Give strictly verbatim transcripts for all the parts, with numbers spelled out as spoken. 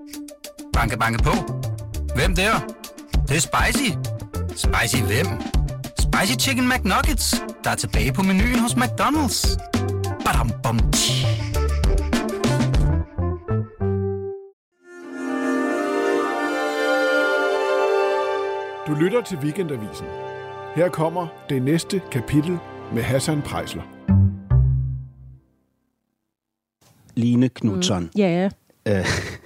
Banke, banke på. Hvem der? Det, det er spicy. Spicy hvem? Spicy Chicken McNuggets, der er tilbage på menuen hos McDonald's. Badum, bom, tji. Du lytter til Weekendavisen. Her kommer det næste kapitel med Hassan Preisler. Line Knutzon. Mm. Ja. Øh.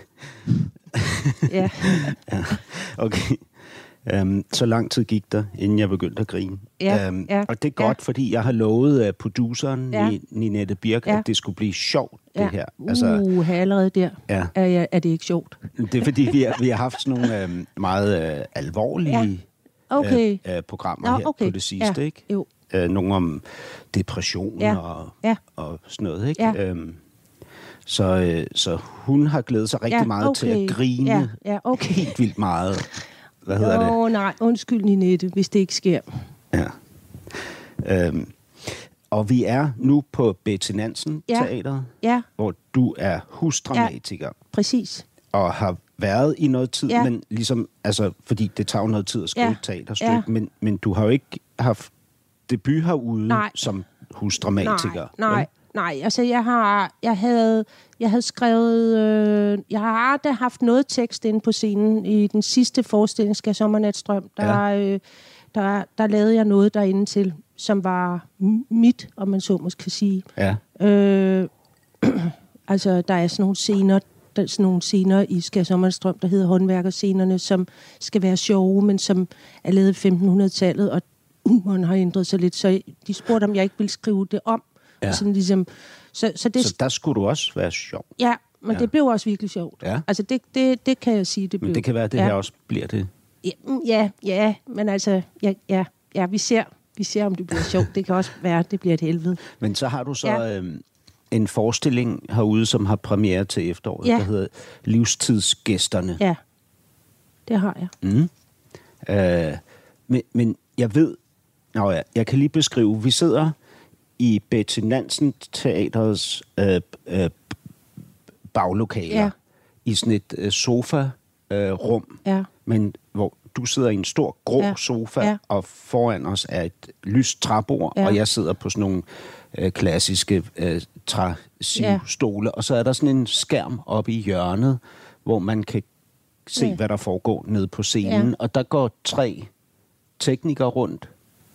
ja. ja. Okay. Um, så lang tid gik der, inden jeg begyndte at grine. Ja, um, ja, og det er godt, ja. fordi jeg har lovet uh, produceren, ja. Ninette Birk, ja. at det skulle blive sjovt, ja. det her. Altså, uh, allerede der ja. er, jeg, er det ikke sjovt. Det er, fordi vi har, vi har haft sådan nogle um, meget uh, alvorlige ja. okay. uh, uh, programmer Nå, her okay. på det sidste, ja. ikke? Jo. Uh, nogle om depression ja. og, ja. og sådan noget, ikke? Ja. Um, så, øh, så hun har glædet sig rigtig ja, meget okay. til at grine ja. Ja, okay. helt vildt meget. Hvad hedder det? Åh, nej, undskyld, Ninette, hvis det ikke sker. Ja. Øhm, og vi er nu på Betty Nansen ja. Teatret, ja. hvor du er husdramatiker. Ja, præcis. Og har været i noget tid, ja. men ligesom, altså, fordi det tager jo noget tid at skrive ja. et teaterstykke, ja. men, men du har jo ikke haft debut herude nej. som husdramatiker. Nej, nej. Nej, altså jeg har, jeg havde, jeg havde skrevet, øh, jeg har aldrig haft noget tekst inde på scenen. I den sidste forestilling, Skal Sommernatstrøm, der, ja. øh, der, der lavede jeg noget derinde til, som var mit, om man så måske sige. Ja. Øh, altså, der er sådan nogle scener, der er sådan nogle scener i Skal Sommernatstrøm, der hedder håndværkerscenerne, som skal være sjove, men som er lavet i femten hundrede-tallet, og humoren har ændret sig lidt, så de spurgte, om jeg ikke ville skrive det om. Ja. Sådan ligesom, så, så, det, så der skulle du også være sjov. Ja, men ja. det blev også virkelig sjovt. Ja. Altså, det, det, det kan jeg sige, det blev. Men det kan være, at det ja. her også bliver det. Ja, ja, ja, men altså, ja, ja, ja vi, ser, vi ser, om det bliver sjovt. Det kan også være, at det bliver et helvede. Men så har du så ja. øhm, en forestilling herude, som har premiere til efteråret, ja. der hedder Livstidsgæsterne. Ja, det har jeg. Mm. Øh, men, men jeg ved, nå ja, jeg kan lige beskrive, vi sidder i Betty Nansen Teatrets øh, øh, baglokaler, ja. i sådan et øh, sofa-rum, øh, ja. men hvor du sidder i en stor grå ja. sofa, ja. og foran os er et lyst træbord, ja. og jeg sidder på sådan nogle øh, klassiske øh, træsivstole, ja. og så er der sådan en skærm oppe i hjørnet, hvor man kan se, ja. hvad der foregår nede på scenen, ja. og der går tre teknikere rundt,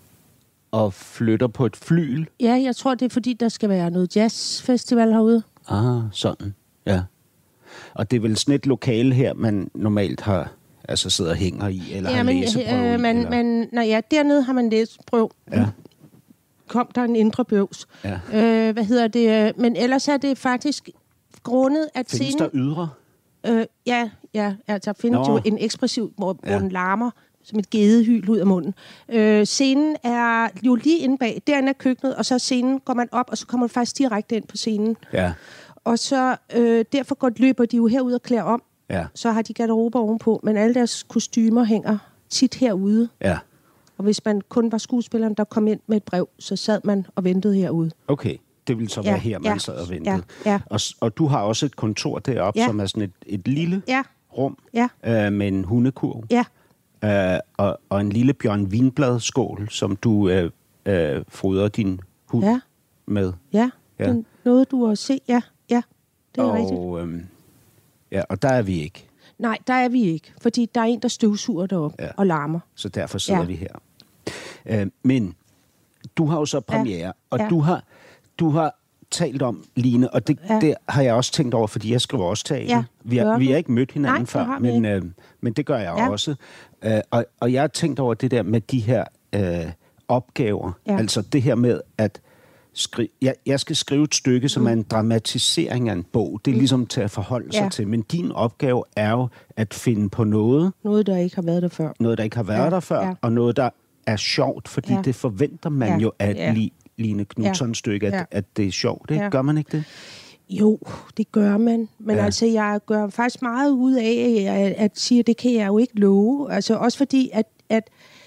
og flytter på et flyl. Ja, jeg tror, det er fordi, der skal være noget jazzfestival herude. Ah, sådan. Ja. Og det er vel sådan et lokale her, man normalt har, altså sidder og hænger i, eller ja, har men, læseprøve øh, i, men, eller? men, nej, ja, dernede har man læseprøve. Ja. Kom der en indre bøvs. Ja. Øh, hvad hedder det? Men ellers er det faktisk grundet, at findes scenen... der ydre? Øh, ja, ja, altså findes Nå. jo en ekspressiv, hvor, Ja. hvor den larmer som et gedehyl ud af munden. Øh, scenen er jo lige inde bag, derinde er køkkenet, og så scenen går man op, og så kommer man faktisk direkte ind på scenen. Ja. Og så øh, derfor går, løber de jo herud og klæder om. Ja. Så har de garderober ovenpå, men alle deres kostymer hænger tit herude. Ja. Og hvis man kun var skuespilleren, der kom ind med et brev, så sad man og ventede herude. Okay, det vil så Ja, være her, man ja, sad og ventede. ja, ja. Og, og du har også et kontor deroppe, Ja. som er sådan et, et lille Ja, rum ja, øh, med en hundekurv. ja. Øh, og, og en lille Bjørn Vinblad-skål, som du øh, øh, fodrer din hund Ja. med. Ja, Ja. det er noget, du har set. Ja, ja, det er og, rigtigt. Øh, ja, og der er vi ikke. Nej, der er vi ikke, fordi der er en, der støvsuger deroppe Ja. og larmer. Så derfor sidder Ja. vi her. Øh, men du har jo så premiere, Ja. og Ja. du har du har talt om, Line, og det, Ja. det har jeg også tænkt over, fordi jeg skriver også teater. Ja, vi, har, gør vi du? har ikke mødt hinanden Nej, det før, har vi men, øh, men det gør jeg Ja. også. Øh, og, og jeg har tænkt over det der med de her øh, opgaver. Ja. Altså det her med, at skri- jeg, jeg skal skrive et stykke, som mm. er en dramatisering af en bog. Det er Mm. ligesom til at forholde sig Ja. til. Men din opgave er jo at finde på noget, Noget, der ikke har været der før. noget, der ikke har været Ja, der før, ja. og noget, der er sjovt, fordi Ja. det forventer man Ja, jo af ja. et li- Line Knutzon-stykke, at, Ja. at det er sjovt. Ikke? Ja. Gør man ikke det? Jo, det gør man. Men Ja. ja. altså, jeg gør faktisk meget ud af at, at sige, at det kan jeg jo ikke love. Altså også fordi, at, at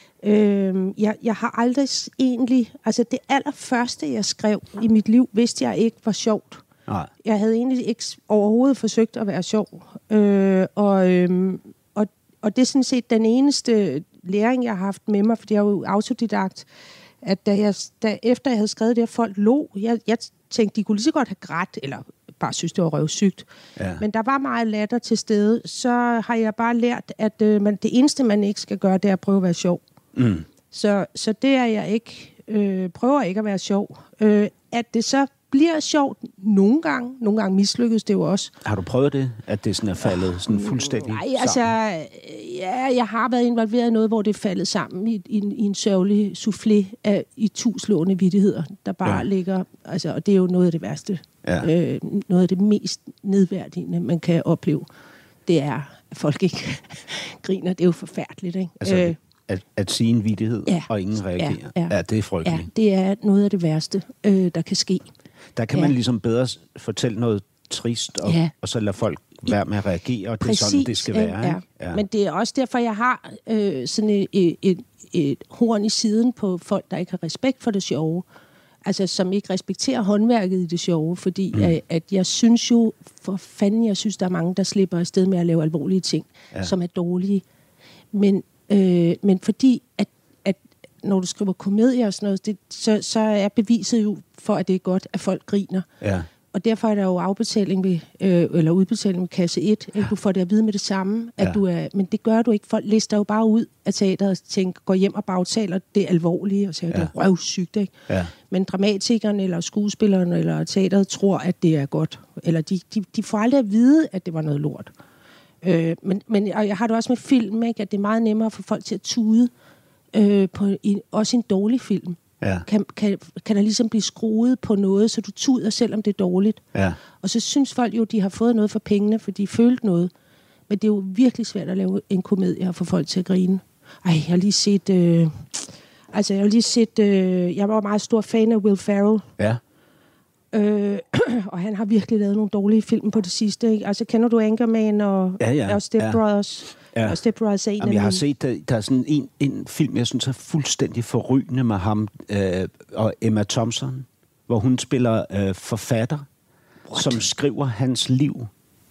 øh, jeg, jeg har aldrig egentlig... Altså det allerførste, jeg skrev i mit liv, vidste jeg ikke var sjovt. Nej. Jeg havde egentlig ikke overhovedet forsøgt at være sjov. Øh, og, øh, og, og det er sådan set den eneste læring, jeg har haft med mig, fordi jeg er jo autodidakt, at da jeg, da, efter jeg havde skrevet det, at folk lå, jeg, jeg tænkte, de kunne lige så godt have grædt, eller bare synes, det var røvsygt. Ja. Men der var meget latter til stede, så har jeg bare lært, at øh, man, det eneste, man ikke skal gøre, det er at prøve at være sjov. Mm. Så, så det er jeg ikke, øh, prøver ikke at være sjov. Øh, at det så bliver sjovt nogle gange, nogle gange mislykkes det jo også. Har du prøvet det, at det sådan er faldet sådan fuldstændig Nej, sammen? altså, ja, jeg har været involveret i noget, hvor det er faldet sammen i, i, i en sørgelig soufflé af i tuslående vittigheder, der bare ja. ligger, altså, og det er jo noget af det værste. Ja. Øh, noget af det mest nedværdigende, man kan opleve, det er, at folk ikke griner. Det er jo forfærdeligt, ikke? Altså, øh, at, at sige en vittighed, ja, og ingen reagerer. Ja, ja, ja, det er frygteligt. Ja, det er noget af det værste, øh, der kan ske. Der kan ja. man ligesom bedre fortælle noget trist, og, ja. og så lade folk være med at reagere, og det Præcis, er sådan, det skal være. Ja. Ja. Men det er også derfor, jeg har øh, sådan et, et, et, et horn i siden på folk, der ikke har respekt for det sjove. Altså, som ikke respekterer håndværket i det sjove, fordi mm. at, at jeg synes jo, for fanden, jeg synes, der er mange, der slipper afsted med at lave alvorlige ting, ja. som er dårlige. Men, øh, men fordi, at, at når du skriver komedier og sådan noget, det, så, så er beviset jo for, at det er godt, at folk griner. Ja. Og derfor er der jo afbetaling ved, øh, eller udbetaling ved kasse et. Ja. Du får det at vide med det samme, at ja. du er, men det gør du ikke. Folk lister jo bare ud af teateret og tænker, går hjem og bagtaler det alvorlige, og siger, ja. det er røvsygt, ikke? Ja. Men dramatikeren eller skuespilleren eller teateret tror, at det er godt. Eller de, de, de får aldrig at vide, at det var noget lort. Øh, men, men og jeg har det også med film, ikke? At det er meget nemmere for folk til at tude øh, på i, også en dårlig film. Ja. Kan, kan, kan der ligesom blive skruet på noget, så du tuder, selvom det er dårligt. Ja. Og så synes folk jo, de har fået noget for pengene, for de følte noget. Men det er jo virkelig svært at lave en komedie og få folk til at grine. Ej, jeg har lige set... Øh, altså, jeg har lige set... Øh, jeg var meget stor fan af Will Ferrell. Ja. Øh, og han har virkelig lavet nogle dårlige film på det sidste, ikke? Altså, kender du Anchorman og, ja, ja. og Step ja. Brothers? Ja. Og Step Brothers er en Jamen, jeg har set, der, der er sådan en, en film, jeg synes er fuldstændig forrygende med ham øh, og Emma Thompson, hvor hun spiller øh, forfatter, What? som skriver hans liv.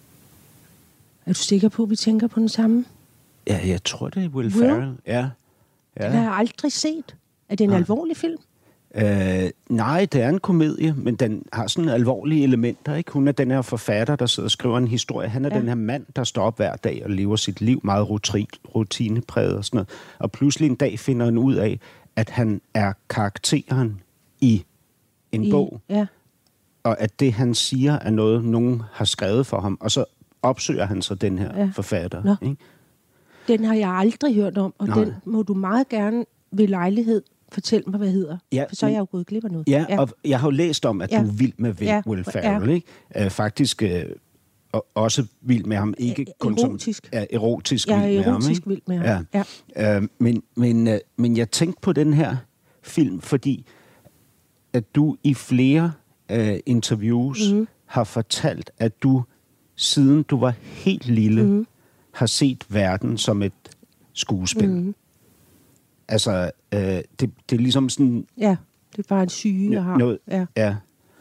Er du sikker på, at vi tænker på den samme? Ja, jeg tror, det er Will Ferrell. Ja. Ja. Den har jeg aldrig set. Er det en ja. alvorlig film? Øh, nej, det er en komedie, men den har sådan alvorlige elementer, ikke? Hun er den her forfatter, der sidder og skriver en historie. Han er ja. den her mand, der står op hver dag og lever sit liv meget rutinepræget og sådan noget. Og pludselig en dag finder han ud af, at han er karakteren i en I, bog. Ja. Og at det, han siger, er noget, nogen har skrevet for ham. Og så opsøger han så den her ja. forfatter. Ikke? Den har jeg aldrig hørt om, og Nej. den må du meget gerne ved lejlighed fortæl mig, hvad hedder. Ja, for så er jeg jo gået glip af noget. Ja, ja, og jeg har jo læst om, at ja. du er vild med Will, ja. Will Ferrell, ja. ikke? Uh, faktisk uh, også vild med ham. Ikke kun erotisk. Som, uh, erotisk ja, vild med ham, erotisk vild med ham. Ja. Ja. Uh, men, men, uh, men jeg tænkte på den her film, fordi at du i flere uh, interviews mm-hmm. har fortalt, at du, siden du var helt lille, mm-hmm. har set verden som et skuespil. Mm-hmm. Altså, øh, det, det er ligesom sådan... Ja, det er bare en syge, jeg har. Noget, ja. ja.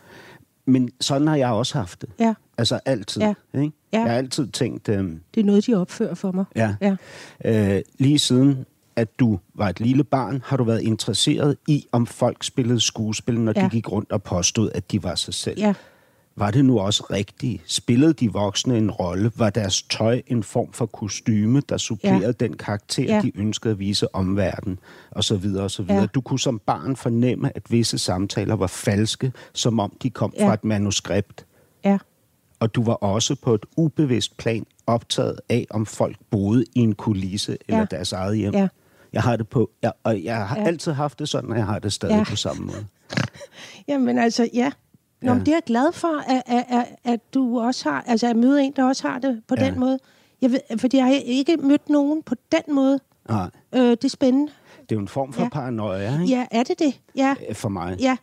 Men sådan har jeg også haft det. Ja. Altså altid. Ja. Ikke? Ja. Jeg har altid tænkt... Øh, det er noget, de opfører for mig. Ja. ja. Øh, lige siden, at du var et lille barn, har du været interesseret i, om folk spillede skuespil, når ja. de gik rundt og påstod, at de var sig selv. Ja. Var det nu også rigtigt? Spillede de voksne en rolle? Var deres tøj en form for kostyme, der supplerede ja. den karakter, ja. de ønskede at vise omverdenen? Og så videre, og så videre. Ja. Du kunne som barn fornemme, at visse samtaler var falske, som om de kom ja. fra et manuskript. Ja. Og du var også på et ubevidst plan optaget af, om folk boede i en kulisse eller ja. deres eget hjem. Ja. Jeg har det på, jeg, og jeg har ja. altid haft det sådan, og jeg har det stadig ja. på samme måde. Jamen altså, ja. Nå, ja. men det er jeg glad for, at, at, at, at du også har, altså at møde en, der også har det på ja. den måde. Jeg ved, fordi jeg har ikke mødt nogen på den måde. Nej. Øh, det er spændende. Det er jo en form for ja. paranoia, ikke? Ja, er det det? Ja. For mig. Ja.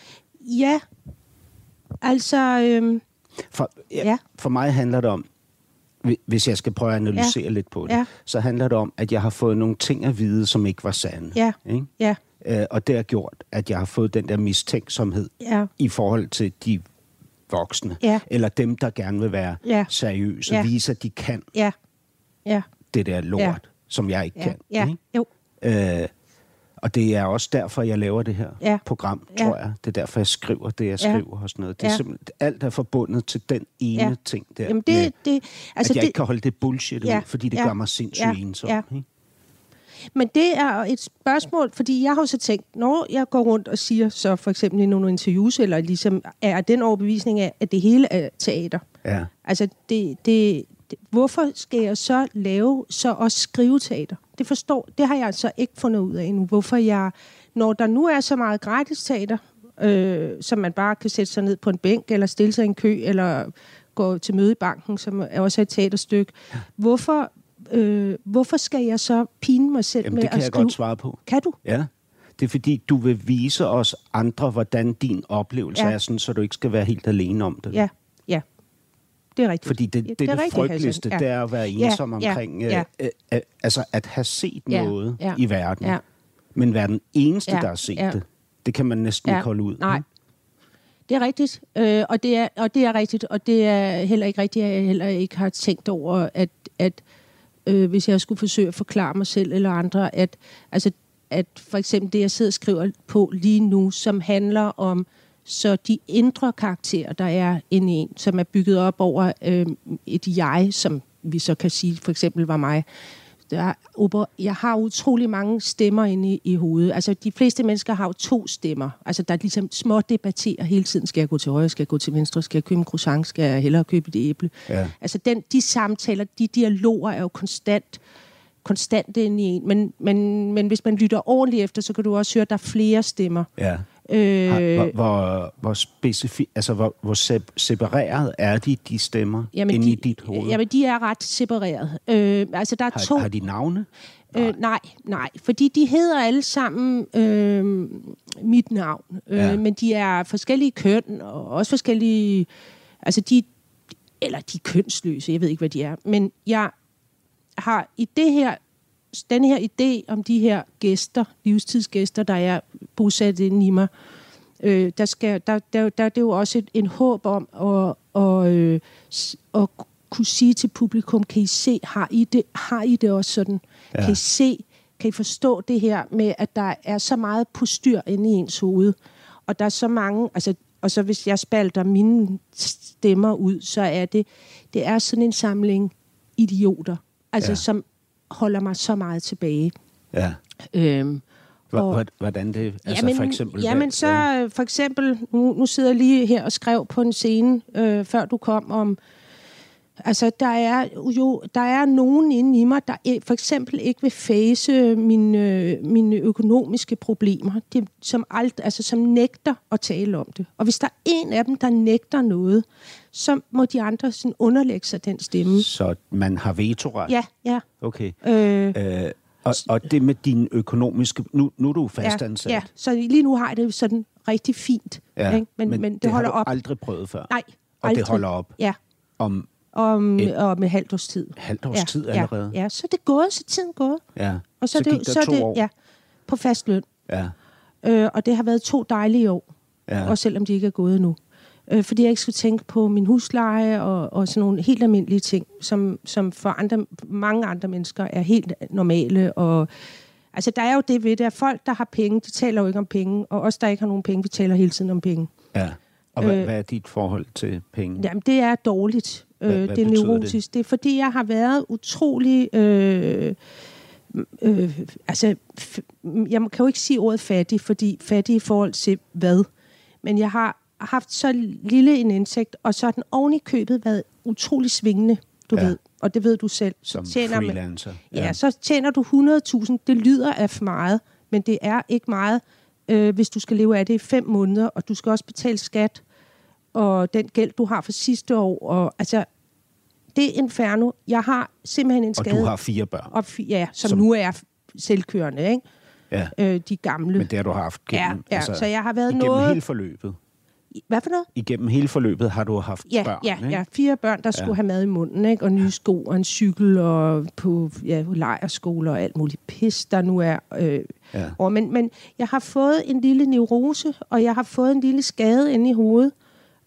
Ja. Altså, øhm, for, ja, ja. for mig handler det om, hvis jeg skal prøve at analysere ja. lidt på det, ja. så handler det om, at jeg har fået nogle ting at vide, som ikke var sande. Ja. Ikke? Ja. Uh, og det har gjort, at jeg har fået den der mistænksomhed ja. i forhold til de voksne, ja. eller dem, der gerne vil være ja. seriøse, ja. vise, at de kan ja. Ja. det der lort, ja. som jeg ikke ja. kan. Ja. Ikke? Jo. Øh, og det er også derfor, jeg laver det her ja. program, ja. tror jeg. Det er derfor, jeg skriver det, jeg skriver ja. og sådan noget. Det er ja. simpelthen, alt er forbundet til den ene ja. ting der, Jamen det, med, det, altså at jeg det, ikke kan holde det bullshit ja. ud, fordi det ja. gør mig sindssygt ja. ensom. Ja. Ikke? Men det er et spørgsmål, fordi jeg har så tænkt, når jeg går rundt og siger så for eksempel i nogle interviews, eller ligesom er den overbevisning af, at det hele er teater. Ja. Altså, det, det, det, hvorfor skal jeg så lave, så også skrive teater? Det forstår, det har jeg altså ikke fundet ud af endnu. Hvorfor jeg, når der nu er så meget gratis teater, øh, som man bare kan sætte sig ned på en bænk, eller stille sig i en kø, eller gå til møde i banken, som er også et teaterstykke. Ja. Hvorfor... Øh, hvorfor skal jeg så pine mig selv Jamen, med at skrive? det kan jeg godt svare på. Kan du? Ja. Det er fordi, du vil vise os andre, hvordan din oplevelse ja. er, sådan, så du ikke skal være helt alene om det. Ja, ja. Det er rigtigt. Fordi det, det, det, det, det frygteligste, ja. det er at være ensom ja. omkring, ja. Øh, øh, altså at have set ja. noget ja. i verden, ja. men være den eneste, ja. der har set ja. det. Det kan man næsten ja. ikke holde ud. Nej. Det er rigtigt, øh, og, det er, og det er rigtigt, og det er heller ikke rigtigt, at jeg heller ikke har tænkt over, at, at øh, hvis jeg skulle forsøge at forklare mig selv eller andre, at, altså, at for eksempel det, jeg sidder og skriver på lige nu, som handler om så de indre karakterer, der er inde i en, som er bygget op over øh, et jeg, som vi så kan sige for eksempel var mig. Der, jeg har utrolig mange stemmer inde i, i hovedet. Altså, de fleste mennesker har jo to stemmer. Altså, der er ligesom små debatterer hele tiden. Skal jeg gå til højre? Skal jeg gå til venstre? Skal jeg købe en croissant? Skal jeg hellere købe et æble? Ja. Altså, den, de samtaler, de dialoger er jo konstant, konstant inde i en. Men, men, men hvis man lytter ordentligt efter, så kan du også høre, at der er flere stemmer. Ja. Øh, hvor, hvor, hvor, specifi- altså, hvor, hvor se- separeret er de, de stemmer jamen inde de, i dit hoved? Jamen, de er ret separeret. Øh, altså, der er har, to... har de navne? Øh, nej, nej, fordi de hedder alle sammen øh, mit navn, øh, ja. men de er forskellige køn, og også forskellige... Altså, de... Eller de er kønsløse, jeg ved ikke, hvad de er. Men jeg har i det her... Den her idé om de her gæster, livstidsgæster, der er bosat inde i mig, øh, der, skal, der, der, der er det jo også et, en håb om at, og, øh, at kunne sige til publikum, kan I se, har I det, har I det også sådan? Ja. Kan I se, kan I forstå det her med, at der er så meget postyr inde i ens hoved, og der er så mange, altså, og så hvis jeg spalter mine stemmer ud, så er det, det er sådan en samling idioter, altså ja. som holder mig så meget tilbage. Ja. Øhm, og, Hvordan det? Altså jamen, for eksempel? Jamen så ja. for eksempel, nu, nu sidder jeg lige her og skrev på en scene, øh, før du kom om, altså der er jo, der er nogen inde i mig, der for eksempel ikke vil face mine, mine økonomiske problemer, de, som, alt, altså, som nægter at tale om det. Og hvis der er en af dem, der nægter noget, så må de andre sådan underlægge sig den stemme. Så man har vetoret? Ja, ja. Okay. Øh, øh, og, og det med din økonomiske... Nu, nu er du fastansat. Ja, ja, så lige nu har jeg det sådan rigtig fint. Ja, ikke? Men, men, men det, det holder har du op. aldrig prøvet før? Nej, og aldrig. Og det holder op? Ja. Om... Om, et, om et halvt års tid. Halvt års ja, tid allerede? Ja, ja, så er det gået, så tiden gået. Ja, og så, så det, gik der så to det, år? Ja, på fast løn. Ja. Øh, og det har været to dejlige år, ja. Også selvom de ikke er gået endnu. Øh, fordi jeg ikke skulle tænke på min husleje og, og sådan nogle helt almindelige ting, som, som for andre, mange andre mennesker er helt normale. Og, altså, der er jo det ved det, at folk, der har penge, de taler jo ikke om penge, og os, der ikke har nogen penge, vi taler hele tiden om penge. Ja. Og hvad, øh, hvad er dit forhold til penge? Jamen, det er dårligt. Hvad, øh, hvad det er neurotisk. Det? det er, fordi jeg har været utrolig... Øh, øh, altså, f- jeg kan jo ikke sige ordet fattig, fordi fattig i forhold til hvad? Men jeg har haft så lille en indsigt, og så har den oven i købet været utrolig svingende, du ja. ved. Og det ved du selv. Som tjener freelancer. Ja. ja, så tjener du hundrede tusind. Det lyder af for meget, men det er ikke meget, øh, hvis du skal leve af det i fem måneder, og du skal også betale skat, og den gæld, du har for sidste år. Og, altså, det er inferno. Jeg har simpelthen en skade. Og du har fire børn. Og fi- ja, som, som nu er selvkørende, ikke? Ja. Øh, de gamle. Men det har du haft gennem, ja, ja. altså, så jeg har været igennem noget... hele forløbet. Hvad for noget? Igennem hele forløbet har du haft ja, børn, ja, ikke? Ja, fire børn, der skulle ja. have mad i munden, ikke? Og nye sko og en cykel og på ja, lejrskoler og alt muligt pis, der nu er. Øh, ja. og, men, men jeg har fået en lille neurose, og jeg har fået en lille skade inde i hovedet,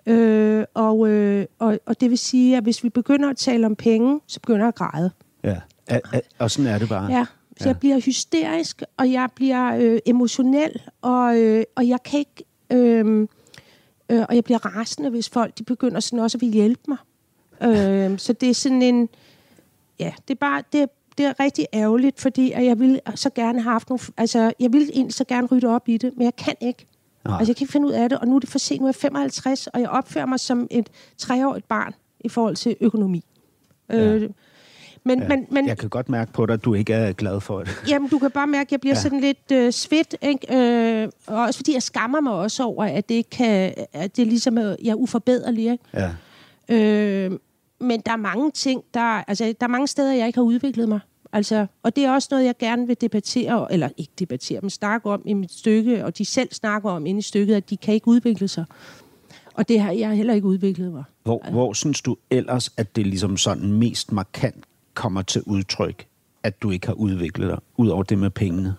Øh, og, øh, og, og det vil sige, at hvis vi begynder at tale om penge, så begynder jeg at græde. Ja, a, a, og sådan er det bare. Ja, så ja. Jeg bliver hysterisk, og jeg bliver øh, emotionel, og, øh, og jeg kan ikke... Øh, øh, og jeg bliver rasende, hvis folk de begynder sådan også at ville hjælpe mig. Øh, så det er sådan en... Ja, det er bare... Det er, det er rigtig ærgerligt, fordi jeg ville så gerne have haft nogle... Altså, jeg ville egentlig så gerne rydde op i det, men jeg kan ikke. Nej. Altså, jeg kan ikke finde ud af det, og nu er det for sent. Nu er jeg femoghalvtreds, og jeg opfører mig som et treårigt barn i forhold til økonomi. Ja. Øh, men, ja. men, men, jeg kan godt mærke på dig, at du ikke er glad for det. Jamen, du kan bare mærke, at jeg bliver ja. sådan lidt øh, svedt, ikke? Øh, og også fordi jeg skammer mig også over, at det ikke kan... At det ligesom er, jeg er uforbederlig, ikke? Ja. Øh, men der er mange ting, der... Altså, der er mange steder, jeg ikke har udviklet mig. Altså, og det er også noget, jeg gerne vil debattere, eller ikke debattere, men snakke om i mit stykke, og de selv snakker om inde i stykket, at de kan ikke udvikle sig. Og det har jeg heller ikke udviklet mig. Hvor, altså. hvor synes du ellers, at det ligesom sådan mest markant kommer til udtryk, at du ikke har udviklet dig, ud over det med pengene?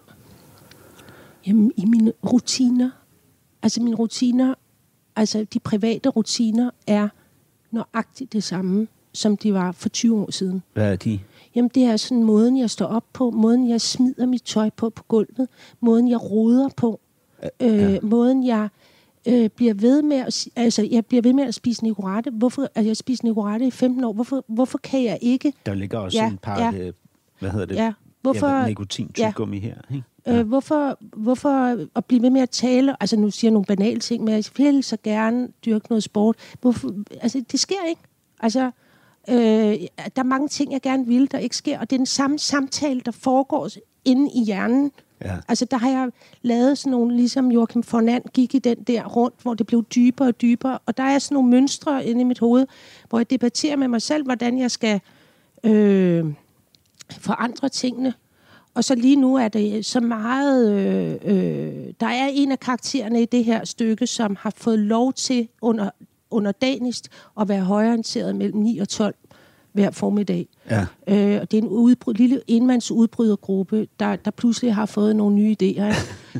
Jamen, i mine rutiner. Altså, mine rutiner, altså de private rutiner, er nøjagtigt det samme, som de var for tyve år siden. Hvad er de? Jamen, det er sådan måden, jeg står op på, måden, jeg smider mit tøj på på gulvet, måden, jeg roder på, ja. øh, måden, jeg øh, bliver ved med at, altså, jeg bliver ved med at spise nicorette. Hvorfor, altså, jeg spiser nicorette i femten år. Hvorfor, hvorfor kan jeg ikke? Der ligger også ja, en pakke, ja, hvad hedder det? Ja, hvorfor, ja, nikotin-tyggegummi ja, her, ikke? Ja. Øh, hvorfor, hvorfor at blive ved med at tale, altså nu siger jeg nogle banale ting, men jeg vil så gerne dyrke noget sport. Hvorfor, altså, det sker ikke. Altså, Øh, der er mange ting, jeg gerne vil, der ikke sker, og det er den samme samtale, der foregår inde i hjernen. Ja. Altså, der har jeg lavet sådan nogle, ligesom Joachim von And gik i den der rundt, hvor det blev dybere og dybere, og der er sådan nogle mønstre inde i mit hoved, hvor jeg debatterer med mig selv, hvordan jeg skal øh, forandre tingene. Og så lige nu er det så meget... Øh, øh, der er en af karaktererne i det her stykke, som har fået lov til under... underdanigst at være højreorienteret mellem ni og tolv hver formiddag. Ja. Øh, og det er en udbrud, lille enmands udbrydergruppe, der, der pludselig har fået nogle nye idéer.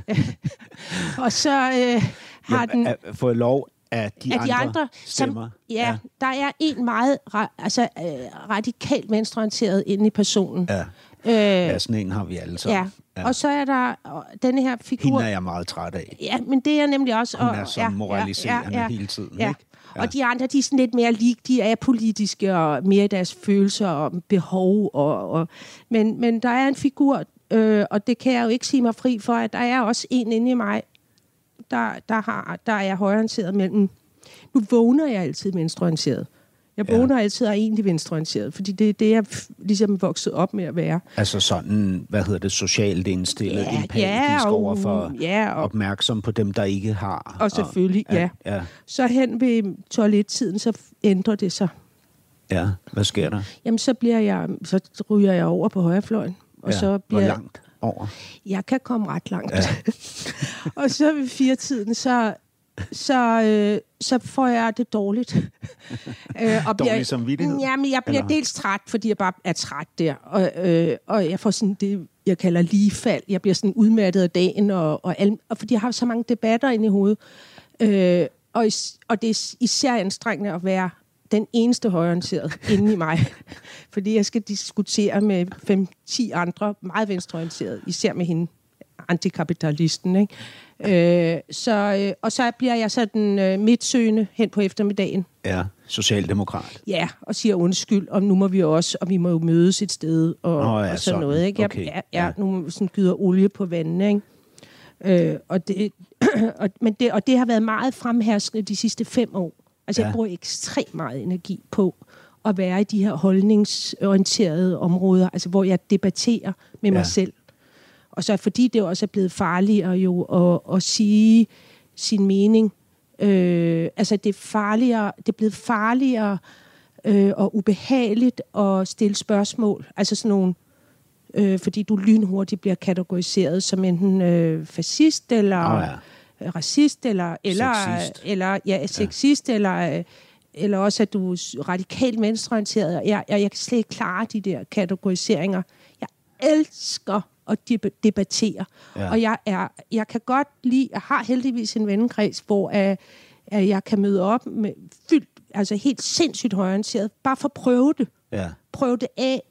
Og så øh, har ja, den... Fået lov af de, af andre, de andre stemmer. Som, ja, ja, der er en meget altså, øh, radikalt venstreorienteret inde i personen. Ja. Øh, ja, sådan en har vi alle sammen. Ja. Ja. Og så er der denne her figur... Hende er jeg meget træt af. Ja, men det er nemlig også... Hun er så ja, moraliserende ja, ja, hele tiden, ja. ikke? Ja. Og de andre, de er sådan lidt mere lig, de er politiske og mere i deres følelser og behov. Og, og, men, men der er en figur, øh, og det kan jeg jo ikke sige mig fri for, at der er også en inde i mig, der, der, har, der er højreorienteret mellem... Nu vågner jeg altid venstreorienteret. Jeg vågner ja. altid og er egentlig venstreorienteret, fordi det er det, jeg ligesom er vokset op med at være. Altså sådan, hvad hedder det, socialt indstillet, ja, empatisk ja, og, overfor, ja, og, opmærksom på dem, der ikke har. Og selvfølgelig, og, ja. ja. ja. Så hen ved toilettiden, så ændrer det sig. Ja, hvad sker der? Jamen, så bliver jeg, så ryger jeg over på højrefløjen. Og ja. så bliver Hvor langt over? Jeg kan komme ret langt. Ja. Og så ved firetiden, så... Så, øh, så får jeg det dårligt. øh, og Dårlig samvittighed? Jamen, jeg bliver eller? dels træt, fordi jeg bare er træt der. Og, øh, og jeg får sådan det, jeg kalder ligefald. Jeg bliver sådan udmattet af dagen, og, og, al, og fordi jeg har så mange debatter inde i hovedet. Øh, og, og det er især anstrengende at være den eneste højreorienterede inde i mig. Fordi jeg skal diskutere med fem ti andre, meget venstreorienterede, især med hende, antikapitalisten, ikke? Øh, så, øh, og så bliver jeg sådan øh, midtsøgende hen på eftermiddagen. Ja, socialdemokrat. Ja, og siger undskyld, og nu må vi også, og vi må jo mødes et sted, og, oh, ja, og sådan, sådan noget, ikke? Okay. Jeg, ja, ja, nu sådan gyder olie på vandene, ikke? Øh, og, det, og, men det, og det har været meget fremherskende de sidste fem år. Altså, ja. jeg bruger ekstremt meget energi på at være i de her holdningsorienterede områder, altså hvor jeg debatterer med ja. mig selv. Og så fordi det også er blevet farligere jo at, at sige sin mening. Øh, altså det er farligere, det er blevet farligere øh, og ubehageligt at stille spørgsmål. Altså sådan nogle, øh, fordi du lynhurtigt bliver kategoriseret som enten øh, fascist eller oh, ja. racist eller eller sexist. eller ja sexist ja. eller eller også at du er radikalt venstreorienteret. Jeg, jeg, jeg kan slet ikke klare de der kategoriseringer. Jeg elsker og debattere. Ja. Og jeg er, jeg kan godt lide, jeg har heldigvis en vennekreds, hvor uh, at jeg kan møde op med fyldt, altså helt sindssygt højorienteret, bare for at prøve det. Ja. Prøve det af.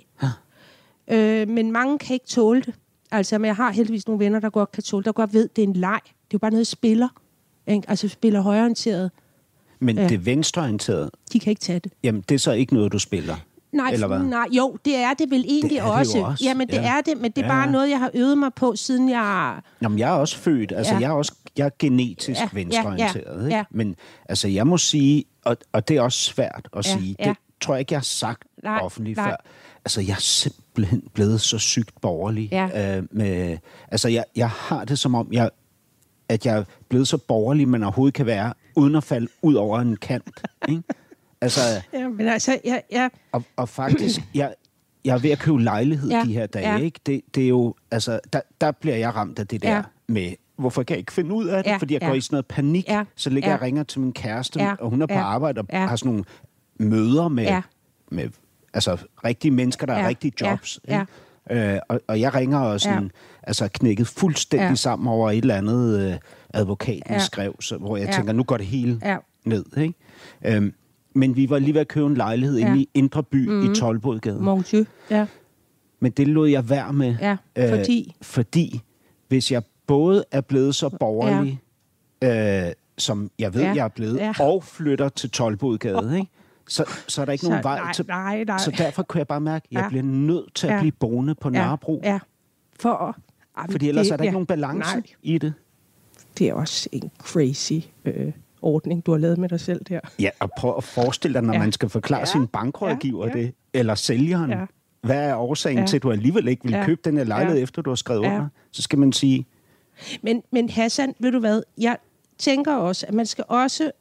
Øh, men mange kan ikke tåle det. Altså, men jeg har heldigvis nogle venner, der godt kan tåle det, der godt ved, det er en leg. Det er jo bare noget, jeg spiller. Ikke? Altså, spiller højorienteret. Men ja. det venstreorienterede... De kan ikke tage det. Jamen, det er så ikke noget, du spiller? Nej, eller hvad? nej, jo, det er det vel egentlig det er også. Det også. Jamen, det ja. er det, men det er ja. bare noget, jeg har øvet mig på, siden jeg... Jamen, jeg er også født, altså ja. jeg er også jeg er genetisk ja. venstreorienteret, ja. Ja. ikke? Ja. Men altså, jeg må sige, og, og det er også svært at ja. sige, ja. det tror jeg ikke, jeg har sagt nej. offentligt nej. før. Altså, jeg er simpelthen blevet så sygt borgerlig. Ja. Øh, med, altså, jeg, jeg har det som om, jeg, at jeg er blevet så borgerlig, man overhovedet kan være, uden at falde ud over en kant, ikke? Altså, ja, men altså, ja, ja. Og, og faktisk, jeg, jeg er ved at købe lejlighed ja. de her dage, ja. ikke? Det, det er jo, altså, der, der bliver jeg ramt af det der ja. med, hvorfor kan jeg ikke finde ud af det? Ja. Fordi jeg ja. går i sådan noget panik, ja. så ligger ja. jeg og ringer til min kæreste, ja. og hun er på ja. arbejde og ja. har sådan nogle møder med, ja. med altså, rigtige mennesker, der ja. har rigtige jobs. Ja. Ja. Øh, og, og jeg ringer og sådan, ja. altså knækket fuldstændig ja. sammen over et eller andet øh, advokaten ja. skrev, så, hvor jeg ja. tænker, nu går det hele ja. ned, ikke? Øhm, Men vi var lige ved at købe en lejlighed ja. inde i Indre By mm. i Toldbodgade. Mon Dieu, ja. Men det lod jeg være med. Ja, fordi? Øh, fordi hvis jeg både er blevet så borgerlig, ja. øh, som jeg ved, ja. jeg er blevet, ja. og flytter til Toldbodgade, oh. ikke? Så, så er der ikke så, nogen vej nej, til... Nej, nej. Så derfor kunne jeg bare mærke, at jeg ja. bliver nødt til at ja. blive boende på Nørrebro. Ja, ja. For... Jamen, fordi ellers det, er der ja. ikke nogen balance nej. i det. Det er også en crazy... Øh... ordning, du har lavet med dig selv der. Ja, og prøv at forestille dig, når ja. man skal forklare ja. sin bankrådgiver ja. Ja. det, eller sælgeren, ja. hvad er årsagen ja. til, at du alligevel ikke vil ja. købe den her lejlighed, ja. efter du har skrevet ja. under? Så skal man sige... Men, men Hassan, ved du hvad, jeg tænker også, at man skal også...